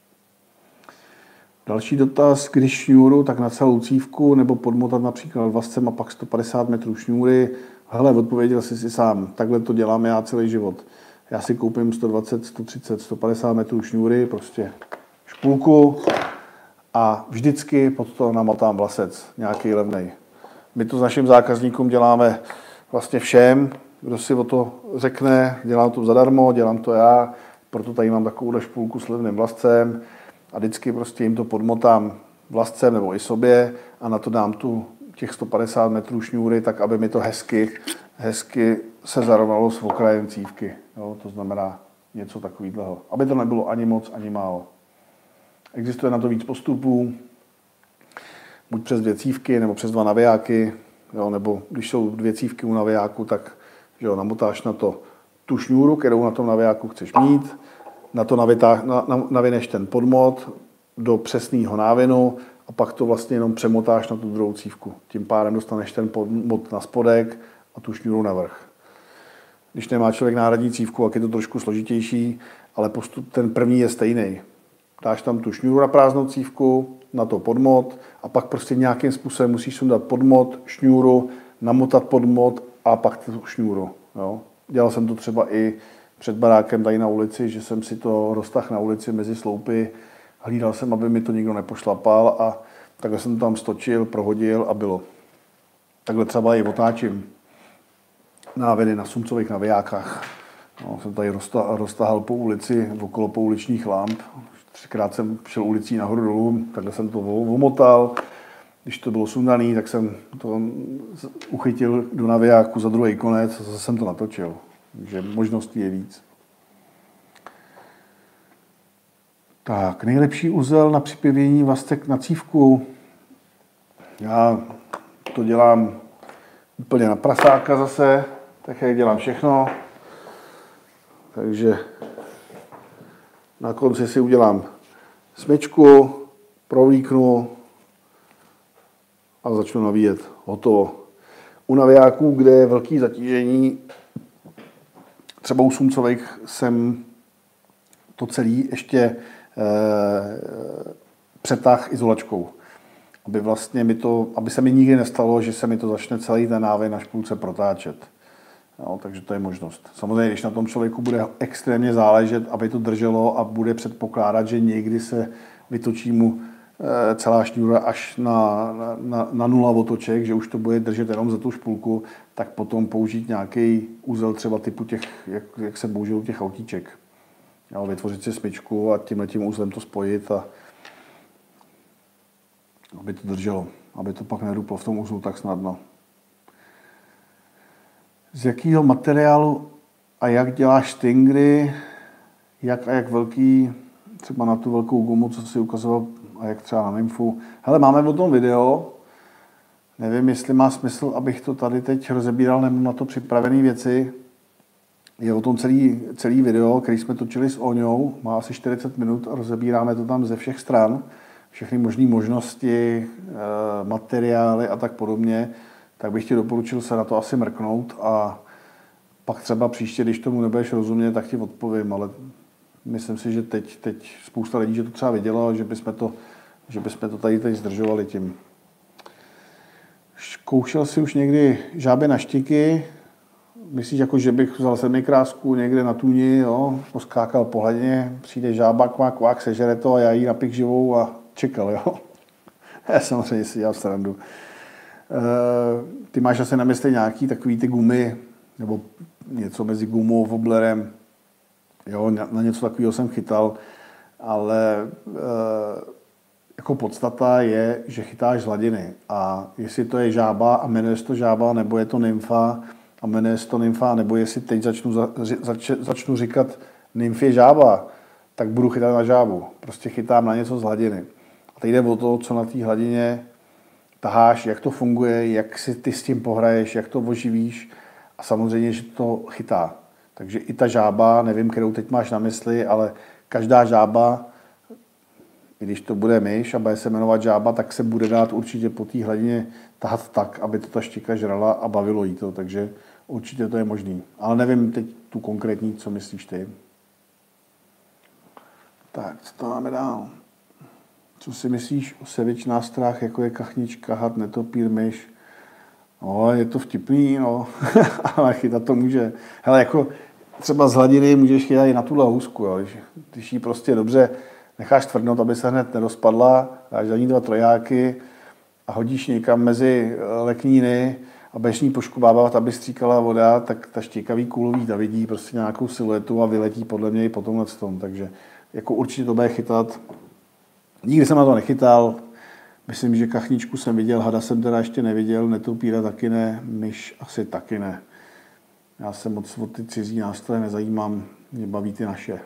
Další dotaz, když šňůru, tak na celou cívku nebo podmotat například vlascem a pak sto padesát metrů šňůry. Hele, odpověděl jsi si sám, takhle to dělám já celý život. Já si koupím sto dvacet, sto třicet, sto padesát metrů šňůry, prostě špulku a vždycky pod to namotám vlasec, nějaký levnej. My to s našim zákazníkům děláme vlastně všem, kdo si o to řekne, dělám to zadarmo, dělám to já, proto tady mám takovou špulku s levným vlascem a vždycky prostě jim to podmotám vlascem nebo i sobě a na to dám tu těch sto padesát metrů šňůry, tak aby mi to hezky, hezky se zarovnalo s okrajem cívky. Jo, to znamená něco takového. Aby to nebylo ani moc, ani málo. Existuje na to víc postupů, buď přes dvě cívky, nebo přes dva navijáky, jo, nebo když jsou dvě cívky u navijáku, tak že jo, namotáš na to tu šňůru, kterou na tom navijáku chceš mít, na to navitáš, na, na, navineš ten podmot do přesného návinu a pak to vlastně jenom přemotáš na tu druhou cívku. Tím pádem dostaneš ten podmot na spodek a tu šňůru na vrch. Když nemá člověk náhradní cívku, tak je to trošku složitější, ale postup ten první je stejný. Dáš tam tu šňůru na prázdnou cívku, na to podmot a pak prostě nějakým způsobem musíš sundat podmot, šňůru, namotat podmot a pak tu šňůru. Jo. Dělal jsem to třeba i před barákem tady na ulici, že jsem si to roztahl na ulici mezi sloupy, hlídal jsem, aby mi to nikdo nepošlapal a takhle jsem to tam stočil, prohodil a bylo. Takhle třeba i otáčím náviny na sumcových navijákách. No, jsem tady roztahal po ulici, okolo pouličních lamp. Třikrát jsem šel ulicí nahoru dolů, takhle jsem to omotal. Když to bylo sundaný, tak jsem to uchytil do navijáku za druhý konec a zase jsem to natočil. Takže možností je víc. Tak, nejlepší uzel na připěvění vlastek na cívku. Já to dělám úplně na prasáka zase, tak jak dělám všechno. Takže na konci si udělám smyčku, provlíknu a začnu navíjet. Hotovo. U navijáků, kde je velké zatížení, třeba u sumcových, jsem to celé ještě e, přetáhl izolačkou. Aby, vlastně mi to, aby se mi nikdy nestalo, že se mi to začne celý ten návin na špulce protáčet. No, takže to je možnost. Samozřejmě, když na tom člověku bude extrémně záležet, aby to drželo a bude předpokládat, že někdy se vytočí mu e, celá šňůra až na, na, na nula otoček, že už to bude držet jenom za tu špulku, tak potom použít nějaký úzel třeba typu těch, jak, jak se použil těch autíček. Jo, vytvořit si smyčku a tímhletím úzlem to spojit a aby to drželo, aby to pak neduplo v tom uzlu tak snadno. Z jakého materiálu a jak děláš stingry, jak a jak velký, třeba na tu velkou gumu, co si ukazoval, a jak třeba na nymfu. Hele, máme o tom video, nevím, jestli má smysl, abych to tady teď rozebíral, nebo na to připravené věci. Je o tom celý, celý video, který jsme točili s Oňou, má asi čtyřicet minut a rozebíráme to tam ze všech stran, všechny možné možnosti, materiály a tak podobně. Tak bych ti doporučil se na to asi mrknout a pak třeba příště, když tomu nebudeš rozumět, tak ti odpovím, ale myslím si, že teď, teď spousta lidí, že to třeba vidělo, že bychom to, že bychom to tady teď zdržovali tím. Zkoušel jsi už někdy žáby na štiky? Myslíš, jako, že bych vzal semikrásku někde na tůni, jo, poskákal po hladině, přijde žába, kvák, kvák, sežere to a já jí napik živou a čekal, jo? Já samozřejmě si dělal srandu. Ty máš asi na mysli nějaký takový ty gumy, nebo něco mezi gumou a wobblerem. Jo, na něco takového jsem chytal, ale jako podstata je, že chytáš z hladiny. A jestli to je žába a jmenuje se to žába, nebo je to nymfa a jmenuje se to nymfa, nebo jestli teď začnu, zač, začnu říkat nymfě žába, tak budu chytat na žábu. Prostě chytám na něco z hladiny. A teď jde o to, co na té hladině taháš, jak to funguje, jak si ty s tím pohraješ, jak to oživíš a samozřejmě, že to chytá. Takže i ta žába, nevím, kterou teď máš na mysli, ale každá žába, i když to bude myš a bude se jmenovat žába, tak se bude dát určitě po té hladině tahat tak, aby to ta štika žrala a bavilo jí to, takže určitě to je možný. Ale nevím teď tu konkrétní, co myslíš ty. Tak, co to máme dál? Co si myslíš o sevič nástrách, jako je kachnička, had, netopír, myš? No, je to vtipný, no, ale chytat to může. Hele, jako třeba z hladiny můžeš chytat i na tuhle housku, jo. Když, když ji prostě dobře necháš tvrdnout, aby se hned nerozpadla, dáš za ní dva trojáky a hodíš někam mezi lekníny a a budeš ní poškubávat, aby stříkala voda, tak ta štěkavý kůlový ta vidí prostě nějakou siluetu a vyletí podle mě i po tomhle tom. Takže jako určitě to bude chytat. Nikdy jsem na to nechytal. Myslím, že kachničku jsem viděl, hada jsem teda ještě neviděl, netopíra taky ne, myš asi taky ne. Já se moc o ty cizí nástroje nezajímám, mě baví ty naše.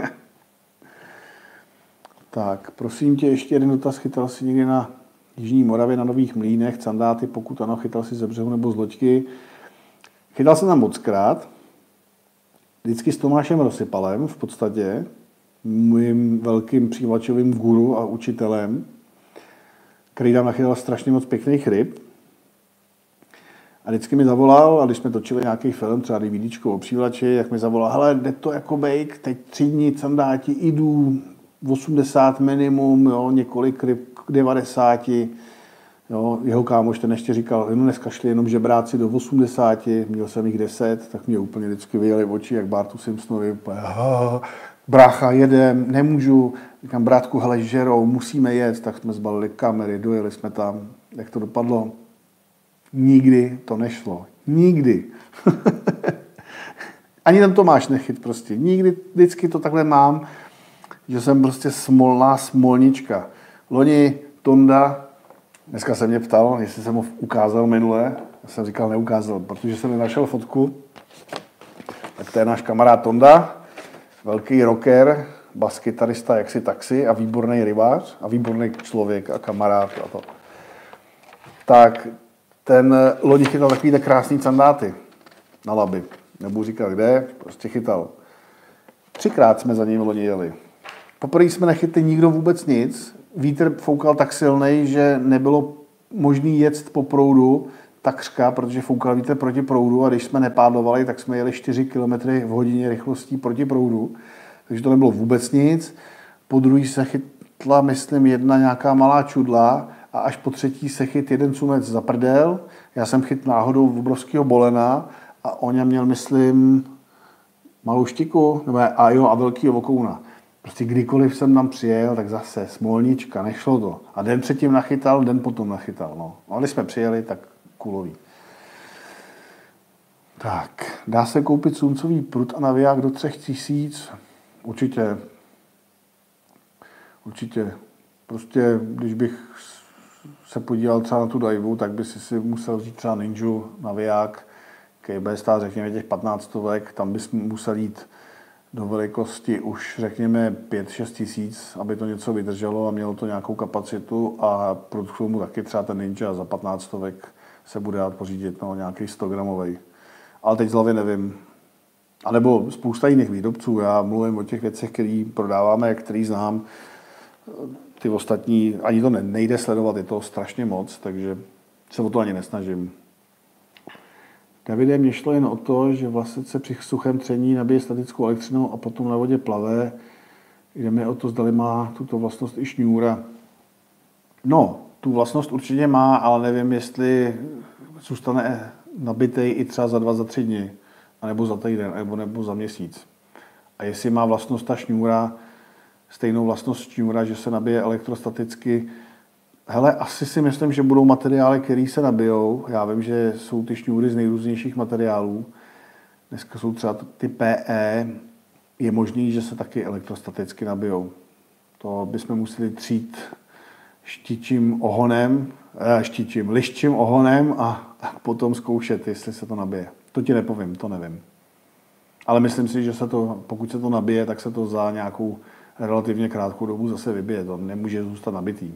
Tak, prosím tě, ještě jeden dotaz. Chytal jsi někdy na Jižní Moravě na Nových Mlýnech sandáty? Pokud ano, chytal jsi ze břehu nebo z loďky? Chytal jsem tam mockrát. Vždycky s Tomášem Rozsypalem v podstatě, mým velkým přívlačovým guru a učitelem, který tam nachytal strašně moc pěkných ryb. A vždycky mi zavolal, a když jsme točili nějaký film, třeba DVDčko o přívlači, jak mi zavolal, hele, jde to jako bejk, teď tři dní sandáti, jdu osmdesát minimum, jo, několik ryb, devadesát. Jo, jeho kámoš ten ještě říkal, jenom dneska šli jenom žebráci do osmdesáti, měl jsem jich deset, tak mě úplně vždycky vyjeli oči, jak Bartu Simpsonovi, brácha, jedem, nemůžu, říkám, brátku, hele, žerou, musíme jet, tak jsme zbalili kamery, dojeli jsme tam, jak to dopadlo? Nikdy to nešlo. Nikdy. Ani ten Tomáš nechyt prostě. Nikdy, vždycky to takhle mám, že jsem prostě smolná smolnička. Loni Tonda, dneska se mě ptal, jestli jsem ho ukázal minule. Já jsem říkal, neukázal, protože jsem nenašel fotku. Tak to je náš kamarád Tonda, velký rocker, baskytarista, jaksi taxi a výborný rybář a výborný člověk a kamarád a to. Tak ten loni chytal takový tak krásný sandáty na Labi. Nebudu říkat kde, prostě chytal. Třikrát jsme za ním loni jeli. Poprvé jsme nechytli nikdo vůbec nic. Vítr foukal tak silnej, že nebylo možné jet po proudu takřka, protože foukal vítr proti proudu a když jsme nepádlovali, tak jsme jeli čtyři kilometry v hodině rychlostí proti proudu. Takže to nebylo vůbec nic. Po druhý se chytla, myslím, jedna nějaká malá čudla a až po třetí se chyt jeden cumec za prdel. Já jsem chyt náhodou obrovského bolena a on měl, myslím, malou štiku, nebo a jo, a velkýho vokouna. Prostě kdykoliv jsem tam přijel, tak zase smolnička, nešlo to. A den předtím nachytal, den potom nachytal. No. A když jsme přijeli, tak kulový. Tak, dá se koupit sluncový prut a naviják do třech tisíc? Určitě. Určitě. Prostě, když bych se podíval třeba na tu dajvu, tak by si si musel vzít třeba Ninju naviják, který bude stát, řekněme, těch patnáct stovek, tam bys musel jít do velikosti už, řekněme, pět šest tisíc, aby to něco vydrželo a mělo to nějakou kapacitu a pro tomu taky třeba ten Ninja za patnáct stovek se bude dát pořídit, no, nějaký sto gramový. Ale teď z hlavy nevím. A nebo spousta jiných výrobců, já mluvím o těch věcech, které prodáváme, který znám. Ty ostatní, ani to nejde sledovat, je to strašně moc, takže se o to ani nesnažím. Davide, mě šlo jen o to, že vlasec se při suchém tření nabije statickou elektřinou a potom na vodě plave. Jde mi o to, zdali má tuto vlastnost i šňůra. No, tu vlastnost určitě má, ale nevím, jestli zůstane nabitej i třeba za dva, za tři dny, anebo za týden, nebo, nebo za měsíc. A jestli má vlastnost ta šňůra, stejnou vlastnost šňůra, že se nabije elektrostaticky. Hele, asi si myslím, že budou materiály, které se nabijou. Já vím, že jsou ty šňůry z nejrůznějších materiálů. Dneska jsou třeba ty P E. Je možný, že se taky elektrostaticky nabijou. To bychom museli třít štičím ohonem, eh, štičím, liščím ohonem a tak potom zkoušet, jestli se to nabije. To ti nepovím, to nevím. Ale myslím si, že se to, pokud se to nabije, tak se to za nějakou relativně krátkou dobu zase vybije. To nemůže zůstat nabitý.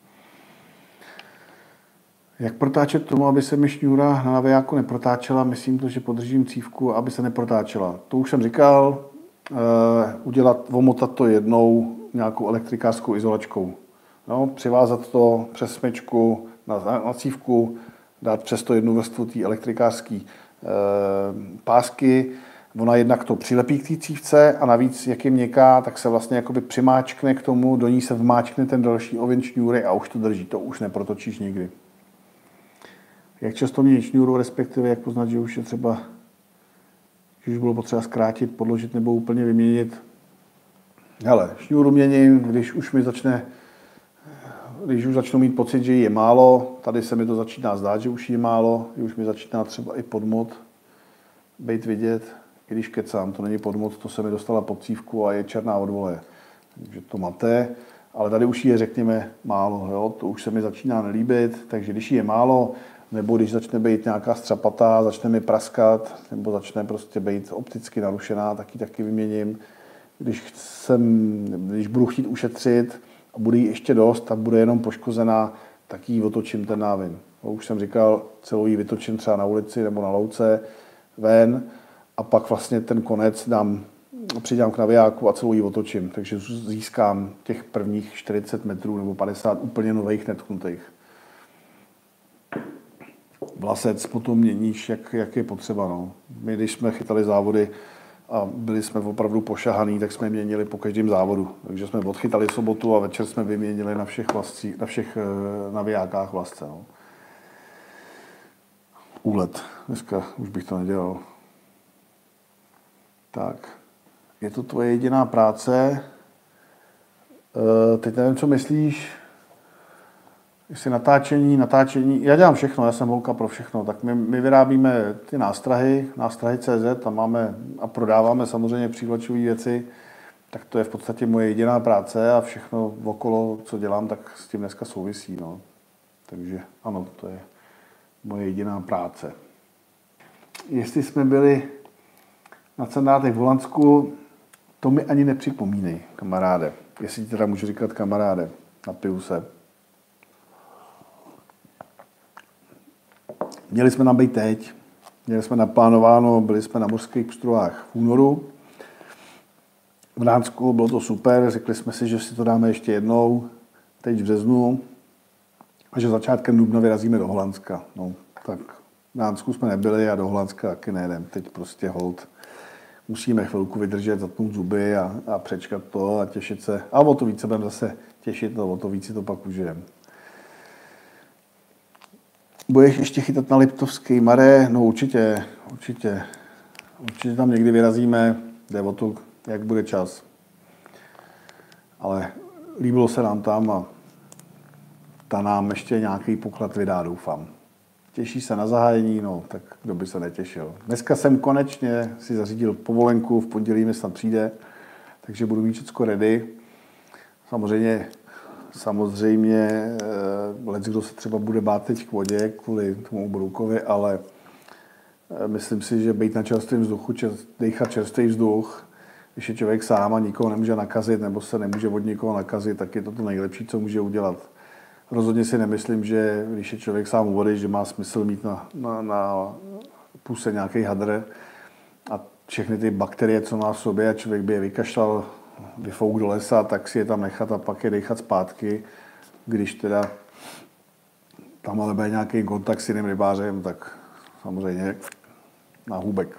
Jak protáčet tomu, aby se mi šňůra na navijáku neprotáčela? Myslím to, že podržím cívku, aby se neprotáčela. To už jsem říkal, e, udělat, omotat to jednou nějakou elektrikářskou izolačkou. No, přivázat to přes smyčku na, na cívku, dát přes to jednu vrstvu té elektrikářské e, pásky. Ona jednak to přilepí k té cívce a navíc, jak je měkká, tak se vlastně jakoby přimáčkne k tomu, do ní se vmáčkne ten další ověn šňůry a už to drží. To už neprotočíš nikdy. Jak často měnit šňůru, respektive jak poznat, že už je třeba, že už bylo potřeba zkrátit, podložit nebo úplně vyměnit. Hele, šňůru měním, když už mi začne když už začnu mít pocit, že jí je málo, tady se mi to začíná zdát, že už jí je málo, už mi začíná třeba i podmot být vidět, i když kecám, to není podmot, to se mi dostala pod cívku a je černá od voleje. Takže to maté, ale tady už jí je, řekněme, málo, jo? To už se mi začíná nelíbit, takže když jí je málo, nebo když začne být nějaká střapatá, začne mi praskat, nebo začne prostě být opticky narušená, tak ji taky vyměním. Když, chcem, když budu chtít ušetřit a bude jí ještě dost, tak bude jenom poškozená, tak ji otočím ten návin. Už jsem říkal, celou ji vytočím třeba na ulici nebo na louce ven a pak vlastně ten konec dám, přidám k navijáku a celou ji otočím. Takže získám těch prvních čtyřicet metrů nebo padesát úplně nových netknutých. Vlasec potom měníš, jak, jak je potřeba. No. My, když jsme chytali závody a byli jsme opravdu pošahaný, tak jsme měnili po každém závodu. Takže jsme odchytali sobotu a večer jsme vyměnili na všech, vlascích, na všech uh, navijákách vlasce. No. Úlet. Dneska už bych to nedělal. Tak. Je to tvoje jediná práce. Uh, teď nevím, co myslíš. Jestli natáčení, natáčení, já dělám všechno, já jsem holka pro všechno, tak my, my vyrábíme ty nástrahy, nástrahy tečka cé zet a máme a prodáváme samozřejmě přívlačové věci, tak to je v podstatě moje jediná práce a všechno okolo, co dělám, tak s tím dneska souvisí, no. Takže ano, to je moje jediná práce. Jestli jsme byli na Cendátech v Holandsku, to mi ani nepřipomínej, kamaráde. Jestli ti teda můžu říkat kamaráde, napiju se. Měli jsme tam být teď, měli jsme naplánováno, byli jsme na mořských ostrovách v únoru. V Dánsku bylo to super, řekli jsme si, že si to dáme ještě jednou, teď v březnu, a že začátkem dubna vyrazíme do Holandska. No, tak v Dánsku jsme nebyli a do Holandska taky nejedeme. Teď prostě hold. Musíme chvilku vydržet, zatnout zuby a, a přečkat to a těšit se. A o to více budeme zase těšit a o to víc si to pak užijeme. Budeš ještě chytat na Liptovský mare? No určitě, určitě. Určitě tam někdy vyrazíme, jde o to, jak bude čas. Ale líbilo se nám tam a ta nám ještě nějaký poklad vydá, doufám. Těší se na zahájení, no tak kdo by se netěšil. Dneska jsem konečně si zařídil povolenku, v pondělí mi snad přijde, takže budu mít všechno ready. Samozřejmě Samozřejmě, lec, kdo se třeba bude bát teď k vodě kvůli tomu Broukovi, ale myslím si, že být na čerstvém vzduchu, dýchat čerstvý vzduch, když je člověk sám a nikoho nemůže nakazit nebo se nemůže od nikoho nakazit, tak je to to nejlepší, co může udělat. Rozhodně si nemyslím, že když je člověk sám u vody, že má smysl mít na, na, na puse nějaký hadr a všechny ty bakterie, co má v sobě a člověk by je vykašlal, vyfouk do lesa, tak si je tam nechat a pak je dejchat zpátky. Když teda tam ale bude nějaký kontakt s jiným rybářem, tak samozřejmě na hůbek.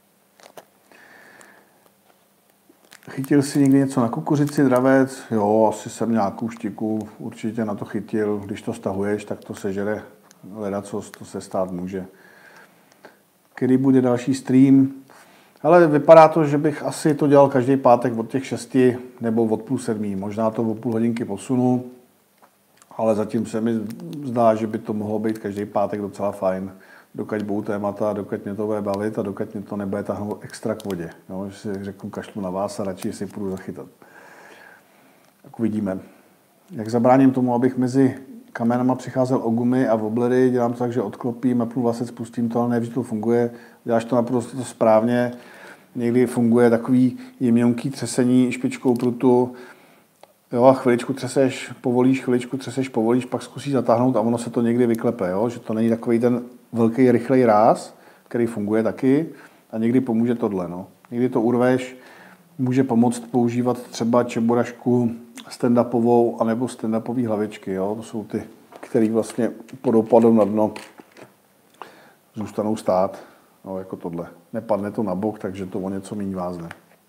Chytil jsi někdy něco na kukuřici, dravec? Jo, asi jsem nějakou štiku určitě na to chytil. Když to stahuješ, tak to sežere ledacos, to se stát může. Kdy bude další stream? Ale vypadá to, že bych asi to dělal každý pátek od těch šesti nebo od půl sedmí. Možná to o půl hodinky posunu, ale zatím se mi zdá, že by to mohlo být každý pátek docela fajn. Dokud budou témata, dokud mě to bude bavit a dokud mě to nebude tahnout extra k vodě. Jo, že si řeknu, kašlu na vás a radši si půjdu zachytat. Tak uvidíme. Jak zabráním tomu, abych mezi kamenama přicházel o gumy a oblery, dělám to tak, že odklopím, napnu vlasec, spustím to, ale ne vždy to funguje. Děláš to naprosto správně. Někdy funguje takový jemňonký třesení špičkou prutu. Jo, a chviličku třeseš, povolíš, chviličku třeseš, povolíš, pak zkusíš zatáhnout a ono se to někdy vyklepe. Jo? Že to není takový ten velký, rychlej ráz, který funguje taky a někdy pomůže tohle. No. Někdy to urveš, může pomoct používat třeba čeborašku stand-upovou anebo stand-upový hlavičky. Jo? To jsou ty, které vlastně po dopadu na dno zůstanou stát. No, jako tohle. Nepadne to na bok, takže to o něco méně vázne.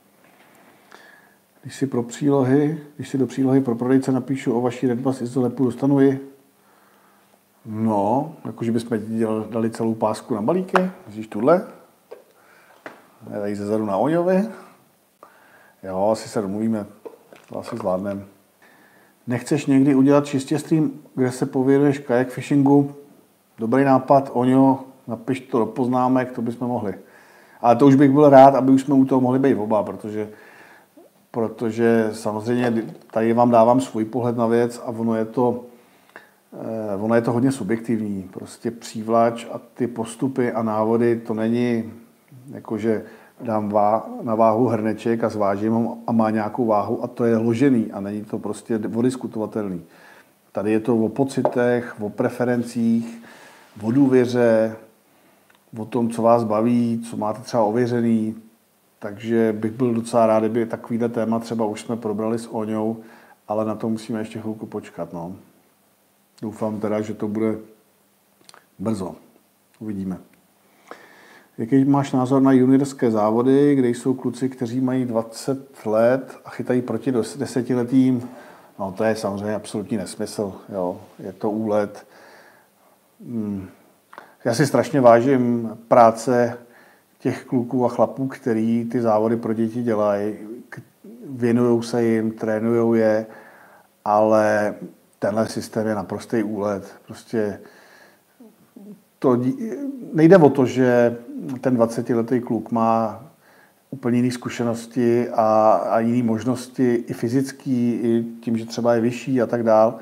Když si pro přílohy, když si do přílohy pro prodejce napíšu o vaší Red Bass izolepu, dostanu ji? No, jakože bychom dali celou pásku na balíky. Vidíš tuhle? Je tady zezadu na Oňovi. Jo, asi se domluvíme. To asi zvládneme. Nechceš někdy udělat čistě stream, kde se pověnuješ kayak fishingu? Dobrý nápad, Oňo, napiš to do poznámek, to bychom mohli. Ale to už bych byl rád, aby už jsme u toho mohli být oba, protože, protože samozřejmě tady vám dávám svůj pohled na věc a ono je to, ono je to hodně subjektivní. Prostě přívlač a ty postupy a návody, to není jakože dám vá, na váhu hrneček a zvážím ho a má nějakou váhu a to je ložený a není to prostě odiskutovatelný. Tady je to o pocitech, o preferencích, o důvěře, o tom, co vás baví, co máte třeba ověřený. Takže bych byl docela rád, kdyby takovýhle téma třeba už jsme probrali s Oňou, ale na to musíme ještě chvilku počkat. No. Doufám teda, že to bude brzo. Uvidíme. Jaký máš názor na juniorské závody, kde jsou kluci, kteří mají dvacet let a chytají proti desetiletým? No to je samozřejmě absolutní nesmysl. Jo. Je to úlet. Hmm. Já si strašně vážím práce těch kluků a chlapů, který ty závody pro děti dělají. Věnují se jim, trénují je, ale tenhle systém je naprostý úlet. Prostě to nejde o to, že ten dvacetiletý kluk má úplně jiné zkušenosti a, a jiné možnosti, i fyzický, i tím, že třeba je vyšší a tak dál.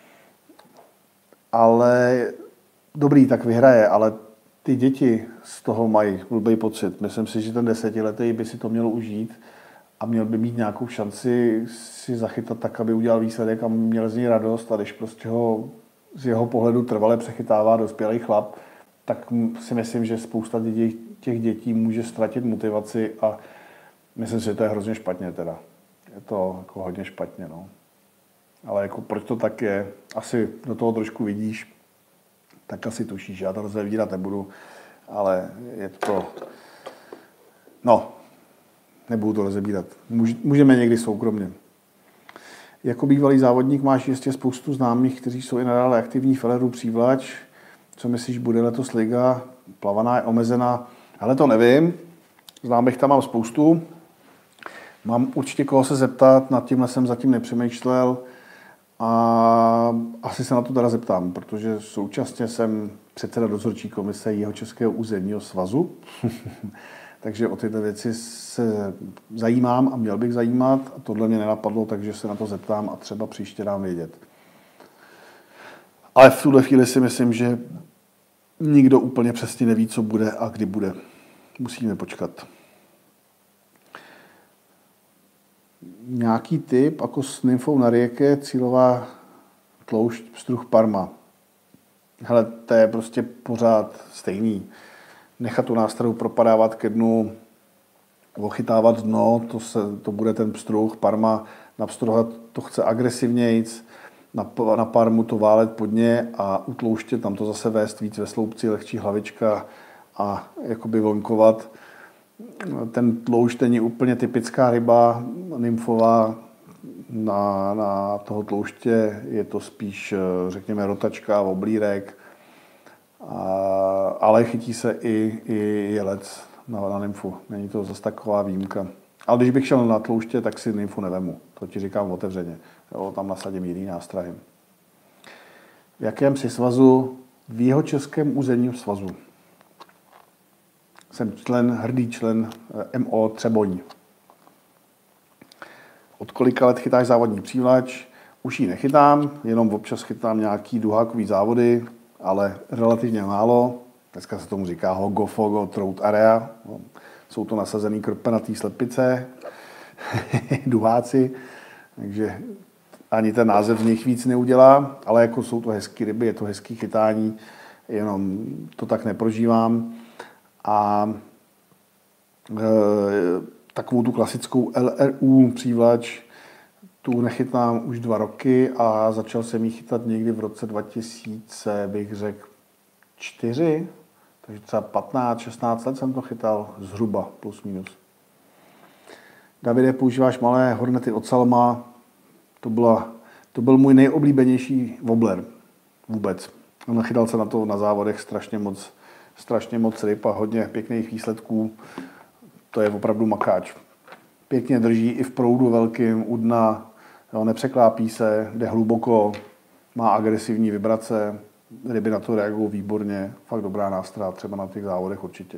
Ale dobrý, tak vyhraje, ale ty děti z toho mají blbý pocit. Myslím si, že ten desetiletý by si to měl užít a měl by mít nějakou šanci si zachytat tak, aby udělal výsledek a měl z něj radost. A když prostě ho z jeho pohledu trvale přechytává dospělý chlap, tak si myslím, že spousta dětí, těch dětí může ztratit motivaci a myslím si, že to je hrozně špatně teda. Je to jako hodně špatně, no. Ale jako proč to tak je, asi do toho trošku vidíš, tak asi tušíš, já to rozvírat nebudu, ale je to, no, nebudu to rozebírat. Můžeme někdy soukromně. Jako bývalý závodník máš jistě spoustu známých, kteří jsou i nadále aktivní v Eleru Přívlač. Co myslíš, bude letos liga? Plavaná je omezená. Ale to nevím. Známých tam mám spoustu. Mám určitě koho se zeptat, nad tímhle jsem zatím nepřemýšlel. A asi se na to teda zeptám, protože současně jsem předseda dozorčí komise Jihočeského územního svazu. Takže o tyto věci se zajímám a měl bych zajímat. A tohle mě nenapadlo, takže se na to zeptám a třeba příště dám vědět. Ale v tuhle chvíli si myslím, že nikdo úplně přesně neví, co bude a kdy bude. Musíme počkat. Nějaký tip, jako s nymfou na rieке, cílová tloušť, pstruh Parma. Hele, to je prostě pořád stejný. Nechat tu nástrahu propadávat ke dnu, ochytávat dno, to, se, to bude ten pstruh. Parma na pstruha to chce agresivnějc, na, na Parmu to válet pod ně a u tlouště tam to zase vést víc ve sloupci, lehčí hlavička a jakoby vonkovat. Ten tloušť není úplně typická ryba, nymfová. Na, na toho tlouště je to spíš, řekněme, rotačka, oblírek, a, ale chytí se i, i jelec na, na nymfu. Není to zase taková výjimka. Ale když bych šel na tlouště, tak si nymfu nevemu. To ti říkám otevřeně. Jo, tam nasadím jiný nástrahy. V jakém si svazu? V Jihočeském územním svazu. Jsem člen, hrdý člen M O Třeboň. Od kolika let chytáš závodní přívlač? Už ji nechytám, jenom občas chytám nějaký duhákový závody, ale relativně málo. Dneska se tomu říká Hogo Fogo Trout Area. Jsou to nasazený krpenatý slepice, duháci, takže ani ten název z nich víc neudělá, ale jako jsou to hezké ryby, je to hezký chytání, jenom to tak neprožívám. A e, takovou tu klasickou L R U přívlač tu nechytám už dva roky a začal jsem ji chytat někdy v roce dva tisíce, bych řekl, čtyři, takže třeba patnáct šestnáct let jsem to chytal zhruba, plus minus. Davide, používáš malé hornety od Salma, to, byla, to byl můj nejoblíbenější wobbler vůbec. Nachytal jsem na to na závodech strašně moc, strašně moc ryb a hodně pěkných výsledků. To je opravdu makáč. Pěkně drží i v proudu velkým, u dna, Jo, nepřeklápí se, jde hluboko, má agresivní vibrace, ryby na to reagují výborně, fakt dobrá nástroj, třeba na těch závodech určitě.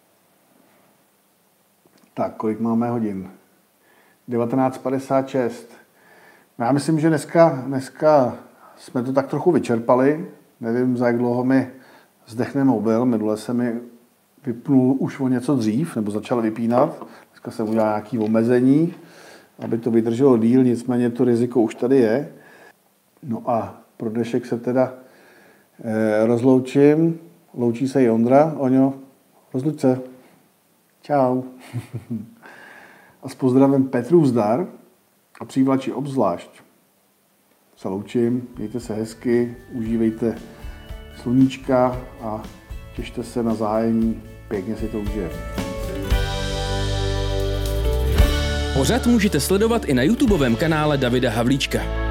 Tak, kolik máme hodin? devatenáct padesát šest. Já myslím, že dneska, dneska jsme to tak trochu vyčerpali. Nevím, za jak dlouho mi zdechne mobil. Minule se mi vypnul už o něco dřív, nebo začal vypínat. Dneska jsem udělal nějaké omezení, aby to vydrželo díl, nicméně to riziko už tady je. No a pro dnešek se teda eh, rozloučím. Loučí se i Ondra. Oňo, rozluč se. Čau. A s pozdravem Petru zdar a přívlači obzvlášť se loučím. Mějte se hezky, užívejte sluníčka a těšte se na zahájení. Pěkně si to užijeme. Pořad můžete sledovat i na YouTubeovém kanále Davida Havlíčka.